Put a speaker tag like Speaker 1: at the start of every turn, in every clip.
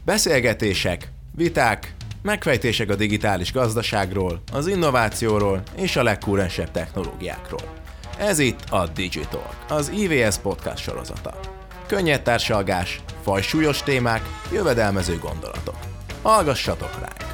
Speaker 1: Beszélgetések, viták, megfejtések a digitális gazdaságról, az innovációról és a legkúrensebb technológiákról. Ez itt a Digitalk, az IVS podcast sorozata. Könnyed társalgás, fajsúlyos témák, jövedelmező gondolatok. Hallgassatok ránk!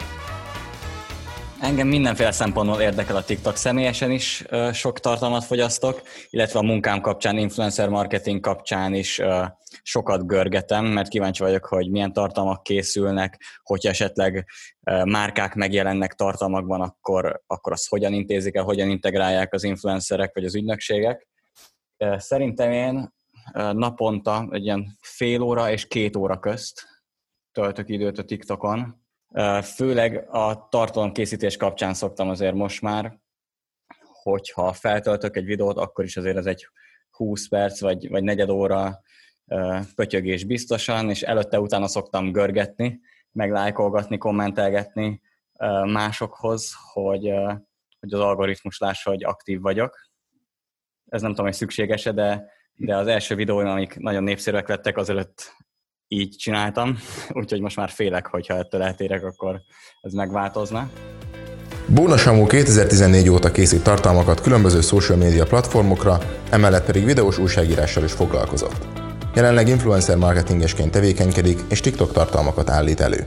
Speaker 2: Engem mindenféle szempontból érdekel a TikTok, személyesen is sok tartalmat fogyasztok, illetve a munkám kapcsán, influencer marketing kapcsán is sokat görgetem, mert kíváncsi vagyok, hogy milyen tartalmak készülnek, hogyha esetleg márkák megjelennek tartalmakban, akkor azt hogyan intézik el, hogyan integrálják az influencerek vagy az ügynökségek. Szerintem én naponta egy ilyen fél óra és 2 óra közt töltök időt a TikTokon. Főleg a tartalomkészítés kapcsán szoktam azért most már, hogyha feltöltök egy videót, akkor is azért ez egy 20 perc vagy negyed óra pötyögés biztosan, és előtte-utána szoktam görgetni, meg lájkolgatni, kommentelgetni másokhoz, hogy az algoritmus lássa, hogy aktív vagyok. Ez nem tudom, hogy szükséges-e, de az első videóim, amik nagyon népszerűek lettek, azelőtt így csináltam, úgyhogy most már félek, hogyha ettől eltérek, akkor ez megváltozna.
Speaker 1: Bóna Samu 2014 óta készít tartalmakat különböző social media platformokra, emellett pedig videós újságírással is foglalkozott. Jelenleg influencer marketingesként tevékenykedik és TikTok tartalmakat állít elő.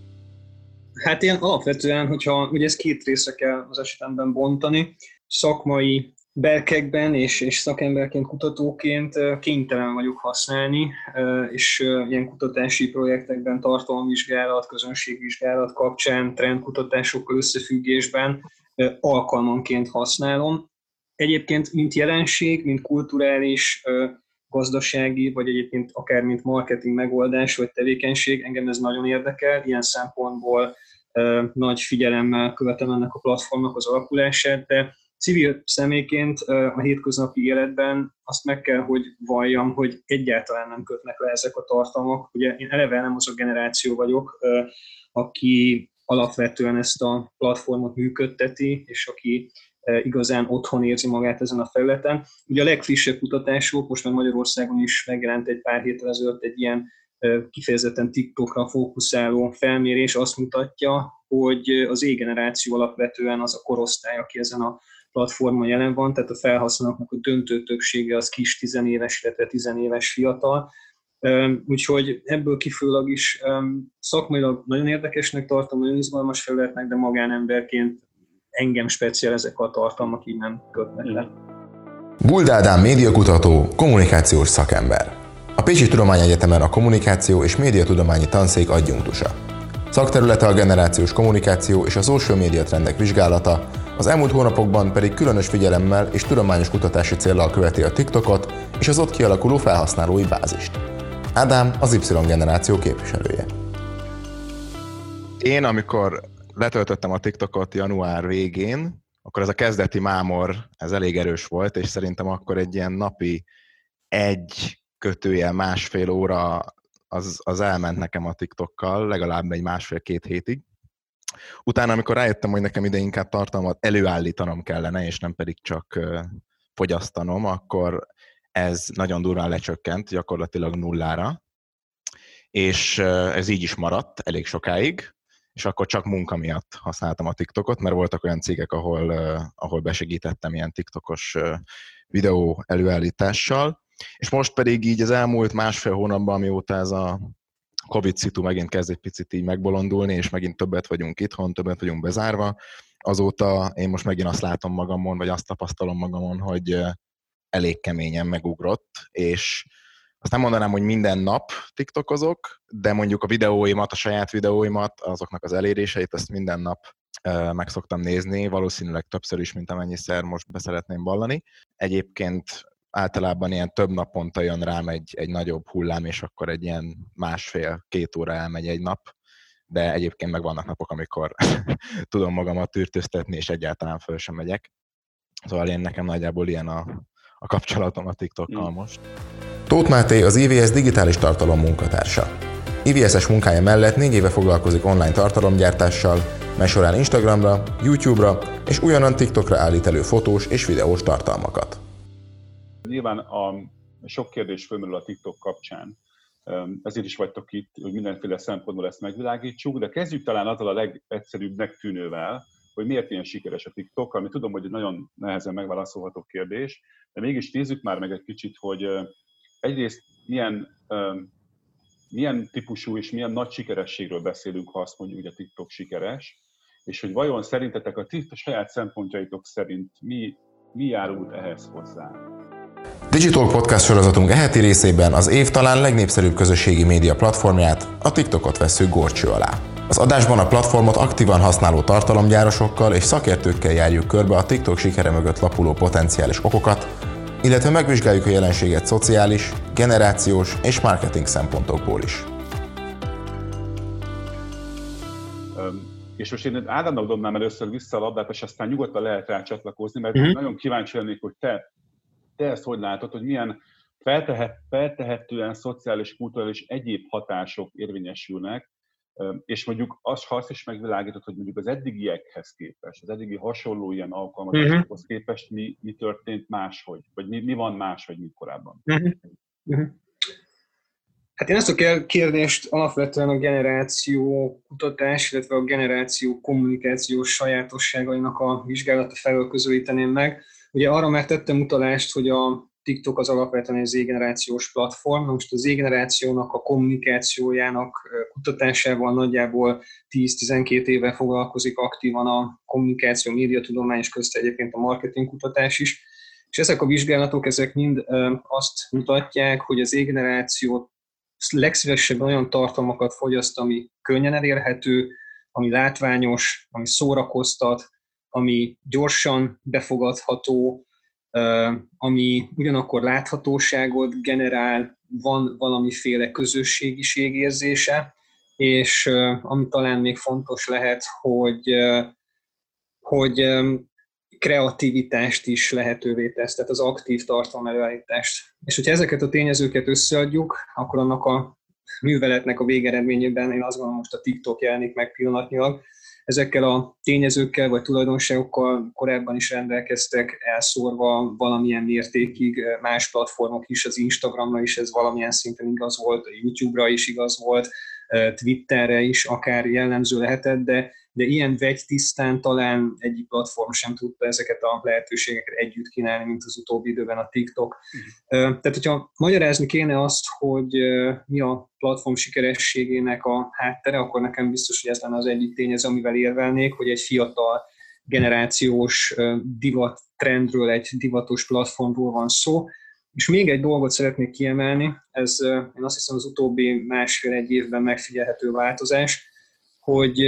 Speaker 3: Hát én alapvetően, hogyha ugye ezt 2 részre kell az esetemben bontani, szakmai berkekben és szakemberként, kutatóként kénytelen vagyok használni, és ilyen kutatási projektekben, tartalomvizsgálat, közönségvizsgálat kapcsán, trendkutatásokkal összefüggésben alkalmanként használom. Egyébként mint jelenség, mint kulturális, gazdasági, vagy egyébként akár mint marketing megoldás vagy tevékenység, engem ez nagyon érdekel, ilyen szempontból nagy figyelemmel követem ennek a platformnak az alakulását, de civil személyként a hétköznapi életben azt meg kell, hogy valljam, hogy egyáltalán nem kötnek le ezek a tartalmak. Ugye én eleve nem az a generáció vagyok, aki alapvetően ezt a platformot működteti, és aki igazán otthon érzi magát ezen a felületen. Ugye a legfrissebb kutatások, most már Magyarországon is megjelent egy pár héttel ezelőtt egy ilyen kifejezetten TikTokra fókuszáló felmérés, azt mutatja, hogy az Z-generáció alapvetően az a korosztály, aki ezen a platformon jelen van, tehát a felhasználóknak a döntő többsége az kis 10 éves, illetve 10 éves fiatal. Úgyhogy ebből kifolyólag is szakmailag nagyon érdekesnek tartom, nagyon izgalmas felületnek, de magánemberként engem speciál ezek a tartalmak így nem kötnek le.
Speaker 1: Buld Ádám médiakutató, kommunikációs szakember. A Pécsi Tudományegyetemen a kommunikáció és médiatudományi tanszék adjunktusa. Szakterülete a generációs kommunikáció és a social media trendek vizsgálata, az elmúlt hónapokban pedig különös figyelemmel és tudományos kutatási céllal követi a TikTokot és az ott kialakuló felhasználói bázist. Ádám az Y-generáció képviselője. Én, amikor letöltöttem a TikTokot január végén, akkor ez a kezdeti mámor, ez elég erős volt, és szerintem akkor egy ilyen napi 1-1,5 óra az elment nekem a TikTokkal, legalább egy 1,5-2 hétig. Utána, amikor rájöttem, hogy nekem ide inkább tartalmat előállítanom kellene, és nem pedig csak fogyasztanom, akkor ez nagyon durván lecsökkent, gyakorlatilag 0-ra. És ez így is maradt elég sokáig, és akkor csak munka miatt használtam a TikTokot, mert voltak olyan cégek, ahol besegítettem ilyen TikTokos videó előállítással. És most pedig így az elmúlt 1,5 hónapban, amióta ez a Covid-szitu megint kezd egy picit így megbolondulni, és megint többet vagyunk itthon, többet vagyunk bezárva, azóta én most megint azt látom magamon, vagy azt tapasztalom magamon, hogy elég keményen megugrott, és azt nem mondanám, hogy minden nap tiktokozok, de mondjuk a videóimat, a saját videóimat, azoknak az eléréseit, azt minden nap meg szoktam nézni, valószínűleg többször is, mint amennyiszer most beszeretném vallani. Egyébként általában ilyen több naponta jön rám egy nagyobb hullám, és akkor egy ilyen 1,5-2 óra elmegy egy nap, de egyébként meg vannak napok, amikor tudom magamat tűrtőztetni, és egyáltalán föl sem megyek. Szóval nekem nagyjából ilyen a kapcsolatom a TikTokkal most.
Speaker 4: Tóth Máté az IVS digitális tartalom munkatársa. IVS-es munkája mellett 4 éve foglalkozik online tartalomgyártással, mely során Instagramra, YouTube-ra és újonnan TikTokra állít elő fotós és videós tartalmakat.
Speaker 5: Nyilván a sok kérdés fölmerül a TikTok kapcsán, ezért is vagytok itt, hogy mindenféle szempontból ezt megvilágítsuk, de kezdjük talán azzal a legegyszerűbbnek tűnővel, hogy miért ilyen sikeres a TikTok, ami tudom, hogy egy nagyon nehezen megválaszolható kérdés, de mégis nézzük már meg egy kicsit, hogy egyrészt milyen típusú és milyen nagy sikerességről beszélünk, ha azt mondjuk, hogy a TikTok sikeres, és hogy vajon szerintetek a saját szempontjaitok szerint mi járult ehhez hozzá?
Speaker 4: Digital Podcast sorozatunk eheti részében az év talán legnépszerűbb közösségi média platformját, a TikTokot vesszük górcső alá. Az adásban a platformot aktívan használó tartalomgyárosokkal és szakértőkkel járjuk körbe a TikTok sikere mögött lapuló potenciális okokat, illetve megvizsgáljuk a jelenséget szociális, generációs és marketing szempontokból is.
Speaker 5: És most én Ádámnak dobnám először vissza a labdát, és aztán nyugodtan lehet rá csatlakozni, mert nagyon kíváncsi lennék, hogy te ezt hogy látod, hogy milyen feltehetően szociális, kulturális egyéb hatások érvényesülnek, és mondjuk azt is megvilágítod, hogy mondjuk az eddigiekhez képest, az eddigi hasonló ilyen alkalmazásokhoz képest mi történt máshogy, vagy mi van máshogy, mint korábban.
Speaker 3: Hát én ezt a kérdést alapvetően a generáció kutatás, illetve a generáció kommunikációs sajátosságainak a vizsgálata felől közelíteném meg. Ugye arra már tettem utalást, hogy a TikTok az alapvetően egy Z-generációs platform. Most a Z-generációnak a kommunikációjának kutatásával nagyjából 10-12 éve foglalkozik aktívan a kommunikáció, médiatudomány és közt egyébként a marketing kutatás is. És ezek a vizsgálatok, ezek mind azt mutatják, hogy az Z-generáció legszívesebben olyan tartalmakat fogyaszt, ami könnyen elérhető, ami látványos, ami szórakoztat, ami gyorsan befogadható, ami ugyanakkor láthatóságot generál, van valamiféle közösségiségérzése, és ami talán még fontos lehet, hogy kreativitást is lehetővé tesz, tehát az aktív tartalmelőállítást. És hogyha ezeket a tényezőket összeadjuk, akkor annak a műveletnek a végeredményében én azt gondolom, most a TikTok jelenik meg pillanatnyilag. Ezekkel a tényezőkkel vagy tulajdonságokkal korábban is rendelkeztek, elszórva valamilyen mértékig más platformok is, az Instagramra is ez valamilyen szinten igaz volt, a YouTube-ra is igaz volt, Twitterre is akár jellemző lehetett, de ilyen vegytisztán talán egyik platform sem tudta ezeket a lehetőségeket együtt kínálni, mint az utóbbi időben a TikTok. Tehát, hogyha magyarázni kéne azt, hogy mi a platform sikerességének a háttere, akkor nekem biztos, hogy ez lenne az egyik tényező, amivel érvelnék, hogy egy fiatal generációs divat trendről, egy divatos platformról van szó. És még egy dolgot szeretnék kiemelni, ez én azt hiszem az utóbbi 1,5-1 évben megfigyelhető változás, hogy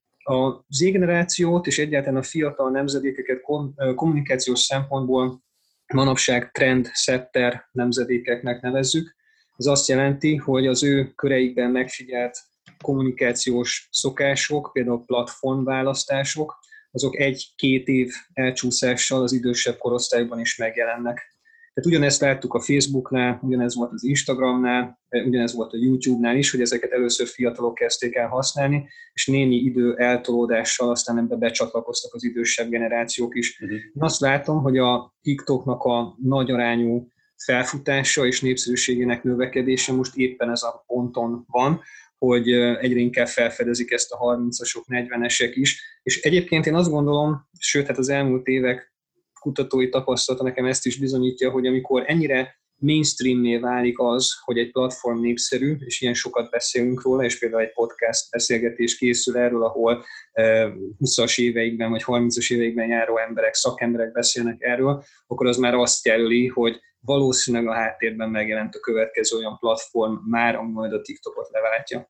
Speaker 3: a Z-generációt és egyáltalán a fiatal nemzedékeket kommunikációs szempontból manapság trendsetter nemzedékeknek nevezzük. Ez azt jelenti, hogy az ő köreikben megfigyelt kommunikációs szokások, például platformválasztások, azok 1-2 év elcsúszással az idősebb korosztályban is megjelennek. Tehát ugyanezt láttuk a Facebooknál, ugyanez volt az Instagramnál, ugyanez volt a YouTube-nál is, hogy ezeket először fiatalok kezdték el használni, és némi idő eltolódással aztán ebbe becsatlakoztak az idősebb generációk is. Én azt látom, hogy a TikToknak a nagy arányú felfutása és népszerűségének növekedése most éppen ez a ponton van, hogy egyre inkább felfedezik ezt a 30-asok, 40-esek is. És egyébként én azt gondolom, sőt, hát az elmúlt évek kutatói tapasztalata nekem ezt is bizonyítja, hogy amikor ennyire mainstream-né válik az, hogy egy platform népszerű, és ilyen sokat beszélünk róla, és például egy podcast beszélgetés készül erről, ahol 20-as éveikben vagy 30-as éveikben járó emberek, szakemberek beszélnek erről, akkor az már azt jelöli, hogy valószínűleg a háttérben megjelent a következő olyan platform már, ami majd a TikTokot leváltja.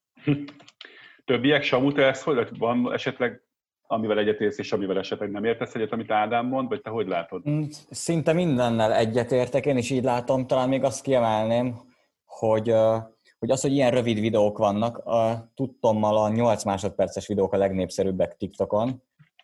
Speaker 5: Többiek, Samu, te ezt hogy van esetleg, amivel egyetértesz, és amivel esetleg nem értesz egyet, amit Ádám mond, vagy te hogy látod?
Speaker 2: Szinte mindennel egyetértek, én is így látom, talán még azt kiemelném, hogy az, hogy ilyen rövid videók vannak, tudtommal a 8 másodperces videók a legnépszerűbbek TikTokon,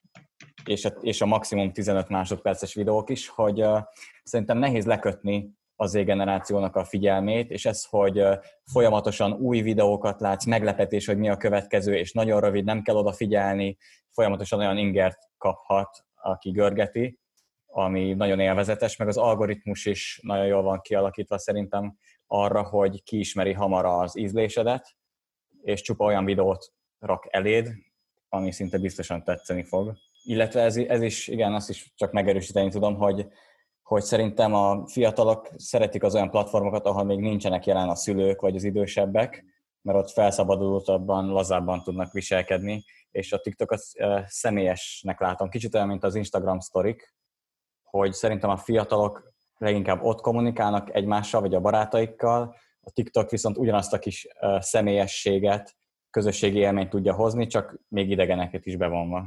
Speaker 2: és a maximum 15 másodperces videók is, hogy szerintem nehéz lekötni az Z-generációnak a figyelmét, és ez, hogy folyamatosan új videókat látsz, meglepetés, hogy mi a következő, és nagyon rövid, nem kell odafigyelni, folyamatosan olyan ingert kaphat, aki görgeti, ami nagyon élvezetes, meg az algoritmus is nagyon jól van kialakítva szerintem arra, hogy kiismeri hamar az ízlésedet, és csupa olyan videót rak eléd, ami szinte biztosan tetszeni fog. Illetve ez is, igen, azt is csak megerősíteni tudom, hogy szerintem a fiatalok szeretik az olyan platformokat, ahol még nincsenek jelen a szülők vagy az idősebbek, mert ott felszabadultabban, lazábban tudnak viselkedni, és a TikTokot személyesnek látom. Kicsit olyan, mint az Instagram sztorik, hogy szerintem a fiatalok leginkább ott kommunikálnak egymással, vagy a barátaikkal, a TikTok viszont ugyanazt a kis személyességet, közösségi élményt tudja hozni, csak még idegeneket is bevonva.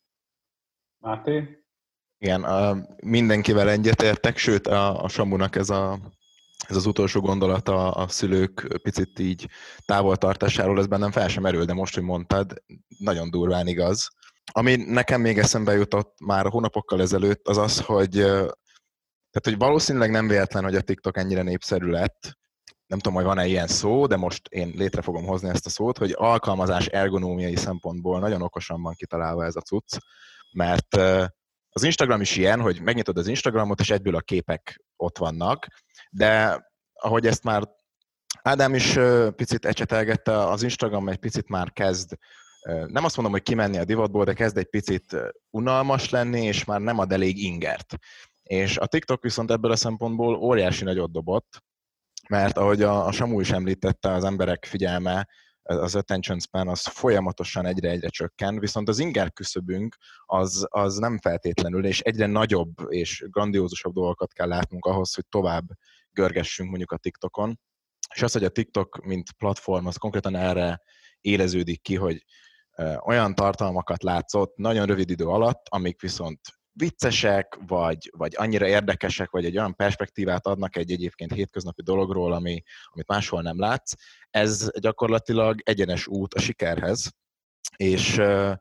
Speaker 5: Máté?
Speaker 1: Igen, mindenkivel egyetértek, sőt a Samunak ez az utolsó gondolata a szülők picit így távoltartásáról, ez bennem fel sem merül, de most, hogy mondtad, nagyon durván igaz. Ami nekem még eszembe jutott már hónapokkal ezelőtt, az az, hogy valószínűleg nem véletlen, hogy a TikTok ennyire népszerű lett. Nem tudom, hogy van-e ilyen szó, de most én létre fogom hozni ezt a szót, hogy alkalmazás ergonómiai szempontból nagyon okosan van kitalálva ez a cucc, mert az Instagram is ilyen, hogy megnyitod az Instagramot, és egyből a képek ott vannak, de ahogy ezt már Ádám is picit ecsetelgette, az Instagram egy picit már kezd, nem azt mondom, hogy kimenni a divatból, de kezd egy picit unalmas lenni, és már nem ad elég ingert. És a TikTok viszont ebből a szempontból óriási nagyot dobott, mert ahogy a Samu is említette, az emberek figyelme, az attention span az folyamatosan egyre csökken, viszont az inger küszöbünk az nem feltétlenül, és egyre nagyobb és grandiózusabb dolgokat kell látnunk ahhoz, hogy tovább görgessünk mondjuk a TikTokon. És az, hogy a TikTok, mint platform, az konkrétan erre éleződik ki, hogy olyan tartalmakat látszott nagyon rövid idő alatt, amik viszont viccesek, vagy annyira érdekesek, vagy egy olyan perspektívát adnak egy egyébként hétköznapi dologról, amit máshol nem látsz. Ez gyakorlatilag egyenes út a sikerhez, és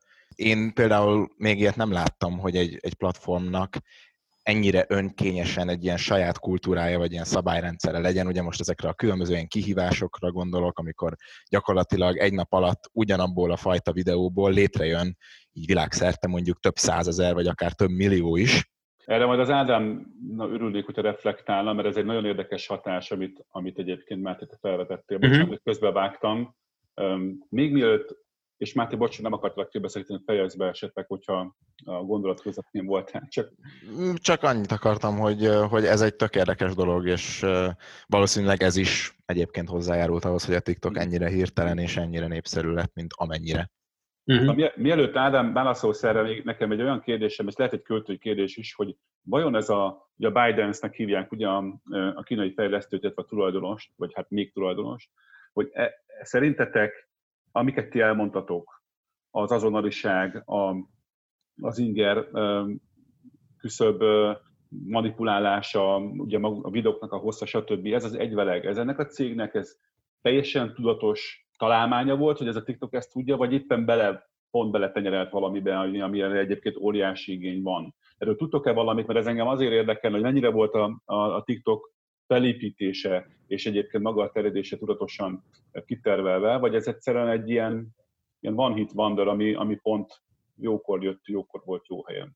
Speaker 1: én például még ilyet nem láttam, hogy egy platformnak ennyire önkényesen egy ilyen saját kultúrája, vagy ilyen szabályrendszere legyen. Ugye most ezekre a különböző ilyen kihívásokra gondolok, amikor gyakorlatilag egy nap alatt ugyanabból a fajta videóból létrejön így világszerte mondjuk több százezer, vagy akár több millió is.
Speaker 5: Erre majd az Ádám örülnék, hogyha reflektálna, mert ez egy nagyon érdekes hatás, amit egyébként Máté te felvetettél. Bocsánat, hogy közbevágtam. Még mielőtt, és Máté, bocs, nem akartalak félbeszélni, fejezd be esetleg, hogyha a gondolat közepén voltál.
Speaker 1: Csak annyit akartam, hogy ez egy tök érdekes dolog, és valószínűleg ez is egyébként hozzájárult ahhoz, hogy a TikTok ennyire hirtelen és ennyire népszerű lett, mint amennyire.
Speaker 5: Mielőtt Ádám válaszolsz erre, nekem egy olyan kérdésem, ez lehet egy költői kérdés is, hogy vajon ez a ByteDance-nek hívják ugye a kínai fejlesztőt, illetve a tulajdonost, vagy hát még tulajdonost, hogy szerintetek, amiket ti elmondtatok, az azonnaliság, az inger küszöb manipulálása, ugye a videóknak a hossza, stb. Ez az egyveleg. Ez ennek a cégnek ez teljesen tudatos találmánya volt, hogy ez a TikTok ezt tudja, vagy éppen pont beletenyerelt valamiben, amire egyébként óriási igény van. Erről tudtok-e valamit, mert ez engem azért érdekel, hogy mennyire volt a TikTok felépítése és egyébként maga a terjedése tudatosan kitervelve, vagy ez egyszerűen egy ilyen one hit wonder, ami pont jókor jött, jókor volt jó helyen.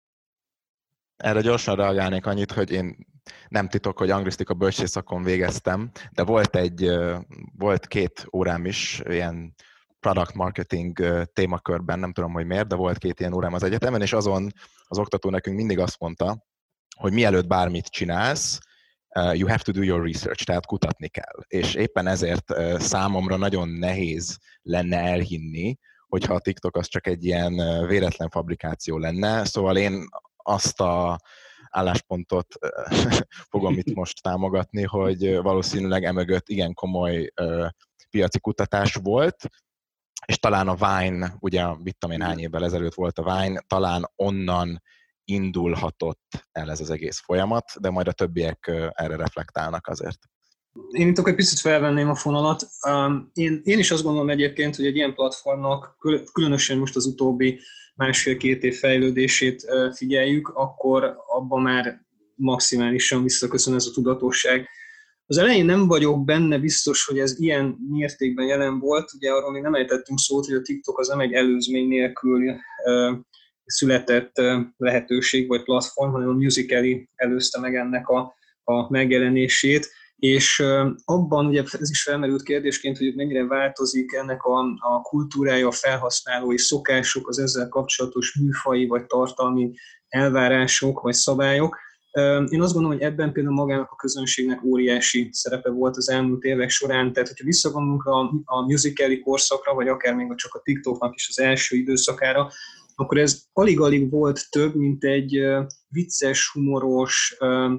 Speaker 1: Erre gyorsan reagálnék annyit, hogy én nem titok, hogy anglisztika bölcsészszakon végeztem, de volt 2 órám is ilyen product marketing témakörben, nem tudom, hogy miért, de volt 2 ilyen órám az egyetemen, és azon az oktató nekünk mindig azt mondta, hogy mielőtt bármit csinálsz, you have to do your research, tehát kutatni kell. És éppen ezért számomra nagyon nehéz lenne elhinni, hogyha a TikTok az csak egy ilyen véletlen fabrikáció lenne. Szóval én azt a álláspontot fogom itt most támogatni, hogy valószínűleg emögött igen komoly piaci kutatás volt, és talán a Vine, ugye mit tudom én hány évvel ezelőtt volt a Vine, talán onnan indulhatott el ez az egész folyamat, de majd a többiek erre reflektálnak azért.
Speaker 3: Én itt akkor egy picit felvenném a fonalat. Én is azt gondolom egyébként, hogy egy ilyen platformnak, különösen most az utóbbi 1,5-2 év fejlődését figyeljük, akkor abban már maximálisan visszaköszön ez a tudatosság. Az elején nem vagyok benne biztos, hogy ez ilyen mértékben jelen volt. Ugye arról még nem ejtettünk szót, hogy a TikTok az nem egy előzmény nélkül született lehetőség vagy platform, hanem a Musical.ly előzte meg ennek a megjelenését. És abban ugye ez is felmerült kérdésként, hogy mennyire változik ennek a kultúrája, a felhasználói szokások, az ezzel kapcsolatos műfaji vagy tartalmi elvárások vagy szabályok. Én azt gondolom, hogy ebben például magának a közönségnek óriási szerepe volt az elmúlt évek során, tehát hogyha visszagondolunk a musical.ly korszakra, vagy akár még csak a TikToknak is az első időszakára, akkor ez alig-alig volt több, mint egy vicces, humoros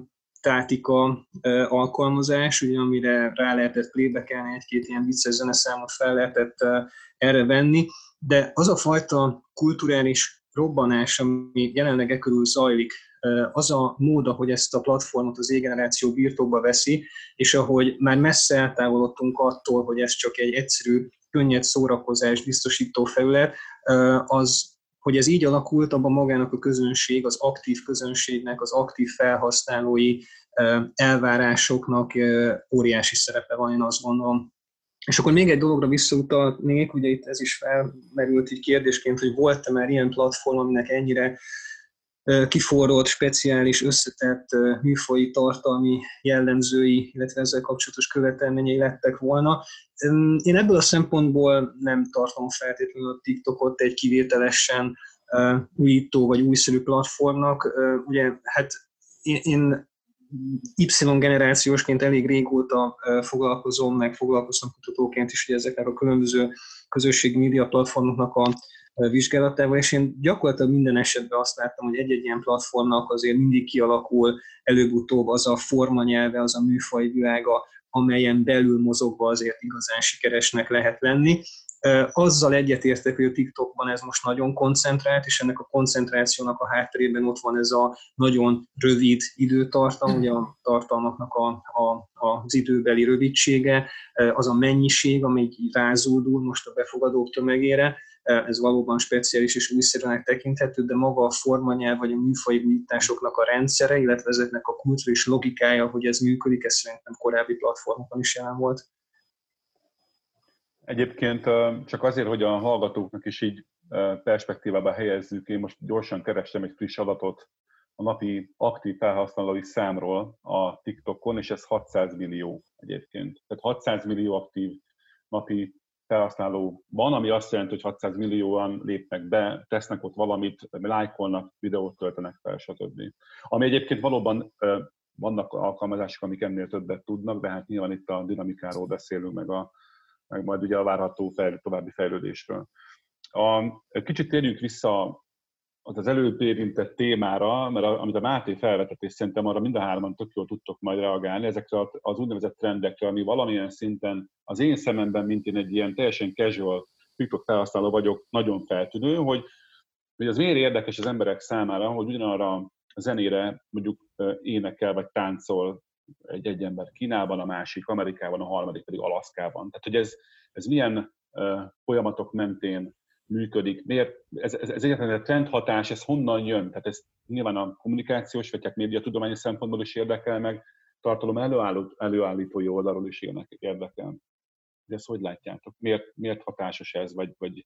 Speaker 3: tátika alkalmazás, ugye, amire rá lehetett playback-elni, egy-két ilyen vicces zeneszámot fel lehetett erre venni, de az a fajta kulturális robbanás, ami jelenleg körül zajlik, az a mód, ahogy ezt a platformot az Z-generáció birtokba veszi, és ahogy már messze eltávolodtunk attól, hogy ez csak egy egyszerű, könnyed szórakozás biztosító felület, az, hogy ez így alakult, abban magának a közönség, az aktív közönségnek, az aktív felhasználói elvárásoknak óriási szerepe van, én azt gondolom. És akkor még egy dologra visszautalnék, ugye itt ez is felmerült így kérdésként, hogy volt-e már ilyen platform, aminek ennyire kiforrott, speciális, összetett műfaji tartalmi jellemzői, illetve ezzel kapcsolatos követelményei lettek volna. Én ebből a szempontból nem tartom feltétlenül a TikTokot egy kivételesen újító vagy újszerű platformnak. Ugye, hát én Y-generációsként elég régóta foglalkozom kutatóként is ugye ezeknek a különböző közösségi média platformoknak a vizsgálatával, és én gyakorlatilag minden esetben azt láttam, hogy egy-egy ilyen platformnak azért mindig kialakul előbb-utóbb az a formanyelve, az a műfaj világa, amelyen belül mozogva azért igazán sikeresnek lehet lenni. Azzal egyetértek, hogy a TikTokban ez most nagyon koncentrált, és ennek a koncentrációnak a hátterében ott van ez a nagyon rövid időtartam, ugye a tartalmaknak az időbeli rövidsége, az a mennyiség, ami így rázódul most a befogadók tömegére, ez valóban speciális és újszerűnek tekinthető, de maga a formanyelv vagy a műfaji újításoknak a rendszere, illetve ezeknek a kulturális logikája, hogy ez működik, ez szerintem korábbi platformokon is jelen volt.
Speaker 5: Egyébként csak azért, hogy a hallgatóknak is így perspektívába helyezzük, én most gyorsan kerestem egy friss adatot a napi aktív felhasználói számról a TikTokon, és ez 600 millió egyébként. Tehát 600 millió aktív napi felhasználó van, ami azt jelenti, hogy 600 millióan lépnek be, tesznek ott valamit, lájkolnak, videót töltenek fel, stb. Ami egyébként valóban vannak alkalmazások, amik ennél többet tudnak, de hát nyilván itt a dinamikáról beszélünk, meg majd ugye a várható további fejlődésről. Kicsit térjünk vissza az előbb érintett témára, mert amit a Máté felvetett, és szerintem arra mind a hárman tök jól tudtok majd reagálni, ezekre az úgynevezett trendekre, ami valamilyen szinten az én szememben, mint én egy ilyen teljesen casual TikTok felhasználó vagyok, nagyon feltűnő, hogy az miért érdekes az emberek számára, hogy ugyanarra a zenére mondjuk énekel vagy táncol egy ember Kínában, a másik Amerikában, a harmadik pedig Alaszkában. Tehát, hogy ez milyen folyamatok mentén működik. Miért? Ez egyetlen a trendhatás, ez honnan jön? Tehát ez nyilván a kommunikációs, vagy hát médiatudományi szempontból is érdekel, meg tartalom előállítói oldalról is érdekel. De ezt hogy látjátok? Miért hatásos ez, vagy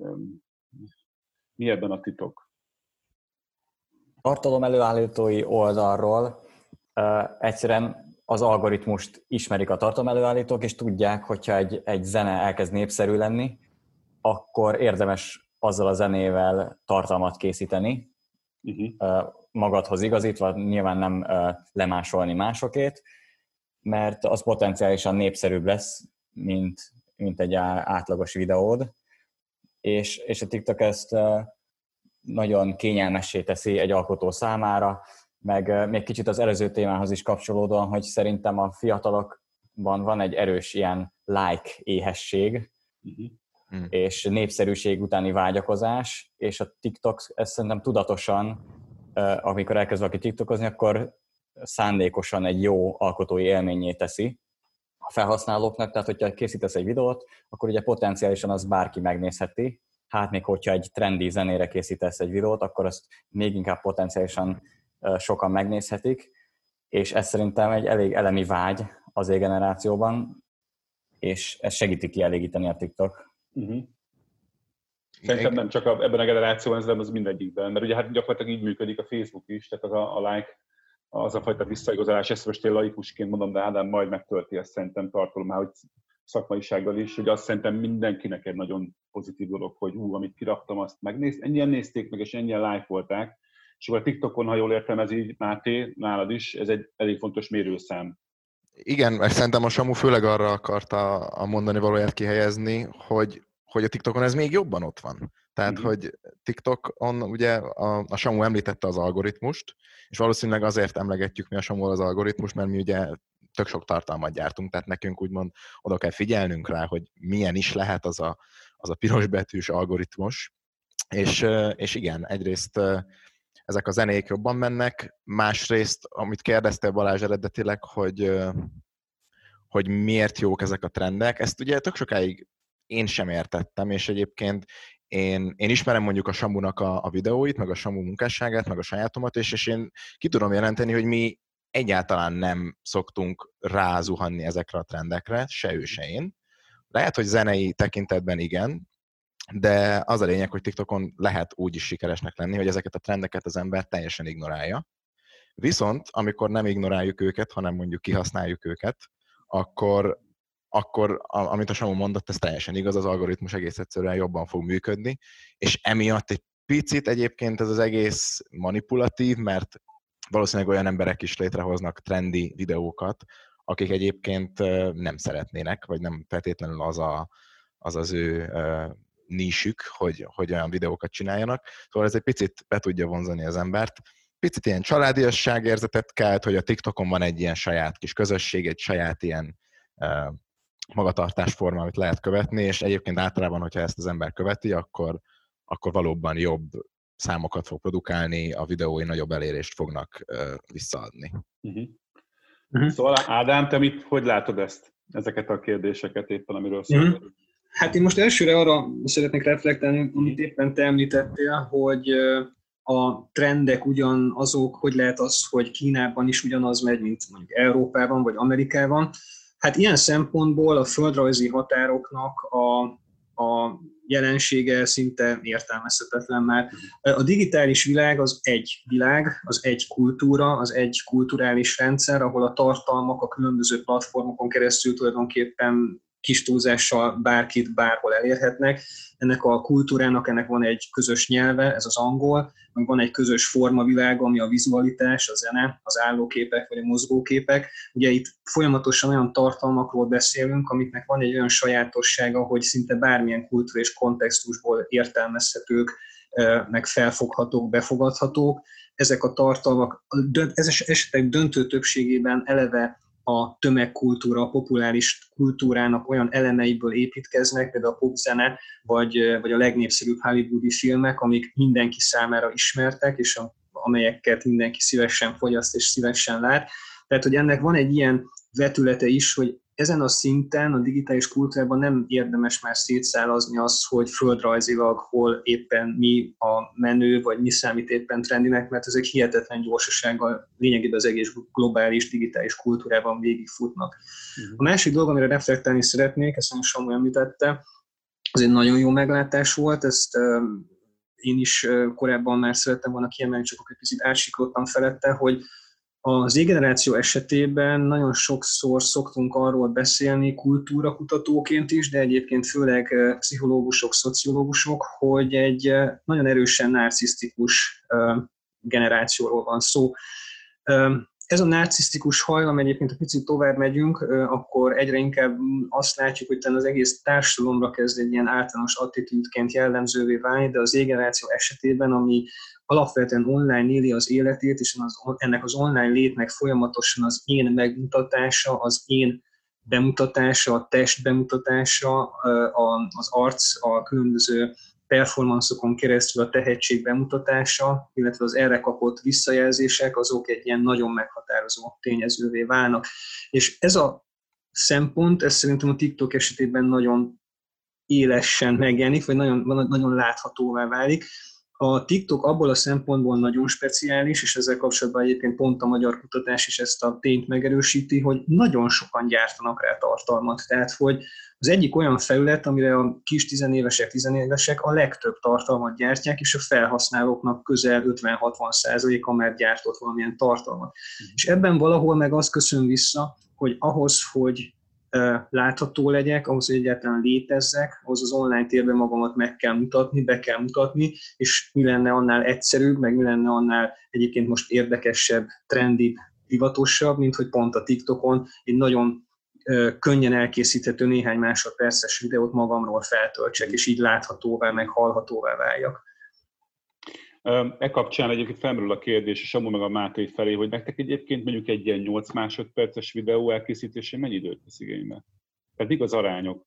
Speaker 5: mi ebben a titok?
Speaker 2: Tartalom előállítói oldalról egyszerűen az algoritmust ismerik a tartalomelőállítók, és tudják, hogyha egy zene elkezd népszerű lenni, akkor érdemes azzal a zenével tartalmat készíteni, magadhoz igazítva, nyilván nem lemásolni másokét, mert az potenciálisan népszerűbb lesz, mint egy átlagos videód, és a TikTok ezt nagyon kényelmessé teszi egy alkotó számára, meg még kicsit az előző témához is kapcsolódóan, hogy szerintem a fiatalokban van egy erős ilyen like éhesség, és népszerűség utáni vágyakozás, és a TikTok ezt szerintem tudatosan, amikor elkezd valaki TikTokozni, akkor szándékosan egy jó alkotói élményé teszi a felhasználóknak, tehát hogyha készítesz egy videót, akkor ugye potenciálisan az bárki megnézheti, hát még hogyha egy trendi zenére készítesz egy videót, akkor azt még inkább potenciálisan sokan megnézhetik, és ez szerintem egy elég elemi vágy az Z-generációban, és ez segíti kielégíteni a TikTok.
Speaker 5: Szerintem nem csak ebben a generációban, hanem az mindegyikben, mert ugye hát gyakorlatilag így működik a Facebook is, tehát az a like az a fajta visszaigazolás, ezt most én laikusként mondom, de Ádám majd megtölti ezt szerintem tartalommal, hogy szakmaisággal is, hogy azt szerintem mindenkinek egy nagyon pozitív dolog, hogy amit kiraktam, azt ennyien nézték meg, és ennyien lájkolták. És a TikTokon, ha jól értem, ez így, Máté, nálad is, ez egy elég fontos mérőszám.
Speaker 1: Igen, mert szerintem a Samu főleg arra akarta a mondani valóját kihelyezni, hogy a TikTokon ez még jobban ott van. Tehát, hogy TikTokon ugye a Samu említette az algoritmust, és valószínűleg azért emlegetjük mi a Samuval az algoritmust, mert mi ugye tök sok tartalmat gyártunk, tehát nekünk úgymond oda kell figyelnünk rá, hogy milyen is lehet az a pirosbetűs algoritmus. És igen, egyrészt ezek a zenék jobban mennek, másrészt, amit kérdeztél Balázs eredetileg, hogy miért jók ezek a trendek, ezt ugye tök sokáig én sem értettem, és egyébként én ismerem mondjuk a Samunak a videóit, meg a Samu munkásságát, meg a sajátomat, és én ki tudom jelenteni, hogy mi egyáltalán nem szoktunk rázuhanni ezekre a trendekre, se ő, se én. Lehet, hogy zenei tekintetben igen, de az a lényeg, hogy TikTokon lehet úgy is sikeresnek lenni, hogy ezeket a trendeket az ember teljesen ignorálja. Viszont, amikor nem ignoráljuk őket, hanem mondjuk kihasználjuk őket, akkor amit a Samu mondott, ez teljesen igaz, az algoritmus egész egyszerűen jobban fog működni, és emiatt egy picit egyébként ez az egész manipulatív, mert valószínűleg olyan emberek is létrehoznak trendi videókat, akik egyébként nem szeretnének, vagy nem feltétlenül az ő nísük, hogy olyan videókat csináljanak. Szóval ez egy picit be tudja vonzani az embert. Picit ilyen családiasságérzetet kelt, hogy a TikTokon van egy ilyen saját kis közösség, egy saját ilyen magatartásforma, amit lehet követni, és egyébként általában, hogyha ezt az ember követi, akkor valóban jobb számokat fog produkálni, a videói nagyobb elérést fognak visszaadni.
Speaker 5: Szóval Ádám, te hogy látod ezeket a kérdéseket éppen, amiről szóltál?
Speaker 3: Hát én most elsőre arra szeretnék reflektálni, amit éppen te említettél, hogy a trendek ugyanazok, hogy lehet az, hogy Kínában is ugyanaz megy, mint mondjuk Európában vagy Amerikában. Hát ilyen szempontból a földrajzi határoknak a jelensége szinte értelmezhetetlen már. A digitális világ az egy világ, az egy kultúra, az egy kulturális rendszer, ahol a tartalmak a különböző platformokon keresztül tulajdonképpen kis túlzással bárkit bárhol elérhetnek. Ennek a kultúrának ennek van egy közös nyelve, ez az angol, meg van egy közös formavilág, ami a vizualitás, a zene, az állóképek vagy a mozgóképek. Ugye itt folyamatosan olyan tartalmakról beszélünk, amiknek van egy olyan sajátossága, hogy szinte bármilyen kulturális kontextusból értelmezhetők, meg felfoghatók, befogadhatók. Ezek a tartalmak esetek döntő többségében eleve a tömegkultúra, a populáris kultúrának olyan elemeiből építkeznek, például a popzene, vagy a legnépszerűbb hollywoodi filmek, amik mindenki számára ismertek, és amelyeket mindenki szívesen fogyaszt és szívesen lát. Tehát, hogy ennek van egy ilyen vetülete is, hogy ezen a szinten, a digitális kultúrában nem érdemes már szétszálazni azt, hogy földrajzilag hol éppen mi a menő, vagy mi számít éppen trendinek, mert ezek hihetetlen gyorsasággal lényegében az egész globális digitális kultúrában végigfutnak. A másik dolog, amire reflektálni szeretnék, ezt nem Samu említette, az egy nagyon jó meglátás volt, ezt én is korábban már szerettem volna kiemelni, csak egy picit átsiklottam felette, hogy a Z-generáció esetében nagyon sokszor szoktunk arról beszélni kultúrakutatóként is, de egyébként főleg pszichológusok, szociológusok, hogy egy nagyon erősen narcisztikus generációról van szó. Ez a narcisztikus hajlam, egyébként, ha picit tovább megyünk, akkor egyre inkább azt látjuk, hogy az egész társadalomra kezd egy ilyen általános attitűdként jellemzővé válni, de az Z-generáció esetében, ami alapvetően online éli az életét, és ennek az online létnek folyamatosan az én megmutatása, az én bemutatása, a test bemutatása, az arc, a különböző performanszokon keresztül a tehetség bemutatása, illetve az erre kapott visszajelzések, azok egy ilyen nagyon meghatározó tényezővé válnak. És ez a szempont, ez szerintem a TikTok esetében nagyon élesen megjelenik, vagy nagyon, nagyon láthatóvá válik. A TikTok abból a szempontból nagyon speciális, és ezzel kapcsolatban egyébként pont a magyar kutatás is ezt a tényt megerősíti, hogy nagyon sokan gyártanak rá tartalmat. Tehát, hogy az egyik olyan felület, amire a kis tizenévesek a legtöbb tartalmat gyártják, és a felhasználóknak közel 50-60%-a már gyártott valamilyen tartalmat. És ebben valahol meg az köszön vissza, hogy ahhoz, hogy látható legyek, ahhoz, hogy egyáltalán létezzek, ahhoz az online térben magamat meg kell mutatni, be kell mutatni, és mi lenne annál egyszerűbb, meg mi lenne annál egyébként most érdekesebb, trendibb, divatosabb, mint hogy pont a TikTokon egy nagyon könnyen elkészíthető néhány másodperces videót magamról feltöltsek, és így láthatóvá, meg hallhatóvá váljak.
Speaker 5: E kapcsán egyébként felmerül a kérdés, és amúgy meg a Máté felé, hogy nektek egyébként mondjuk egy ilyen 8 másodperces videó elkészítésén mennyi időt vesz igénybe? Tehát mik az arányok?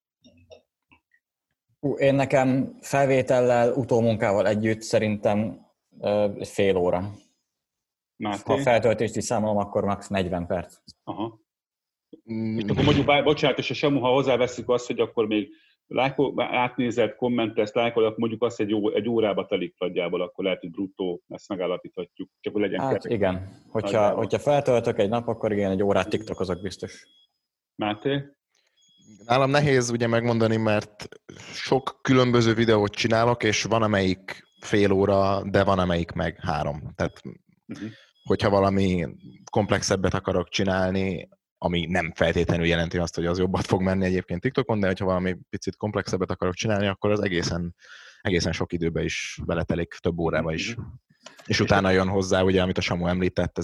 Speaker 2: Én nekem felvétellel, utómunkával együtt szerintem fél óra.
Speaker 5: Máté?
Speaker 2: Ha feltöltést is számolom, akkor max. 40 perc.
Speaker 5: Aha. És akkor mondjuk, bocsánat, és Samu, ha hozzáveszik azt, hogy akkor még átnézed, kommentelsz, lájkolod, akkor mondjuk azt egy órába telik nagyjából, akkor lehet, hogy bruttó, ezt megállapíthatjuk. Csak hogy legyen
Speaker 2: hát igen, hogyha feltöltök egy nap, akkor igen, egy órát TikTokozok biztos.
Speaker 5: Máté?
Speaker 1: Nálam nehéz ugye megmondani, mert sok különböző videót csinálok, és van amelyik fél óra, de van amelyik meg 3. Tehát hogyha valami komplexebbet akarok csinálni, ami nem feltétlenül jelenti azt, hogy az jobbat fog menni egyébként TikTokon, de hogyha valami picit komplexebbet akarok csinálni, akkor az egészen sok időbe is beletelik, több órába is. És utána jön hozzá, ugye, amit a Samu említett,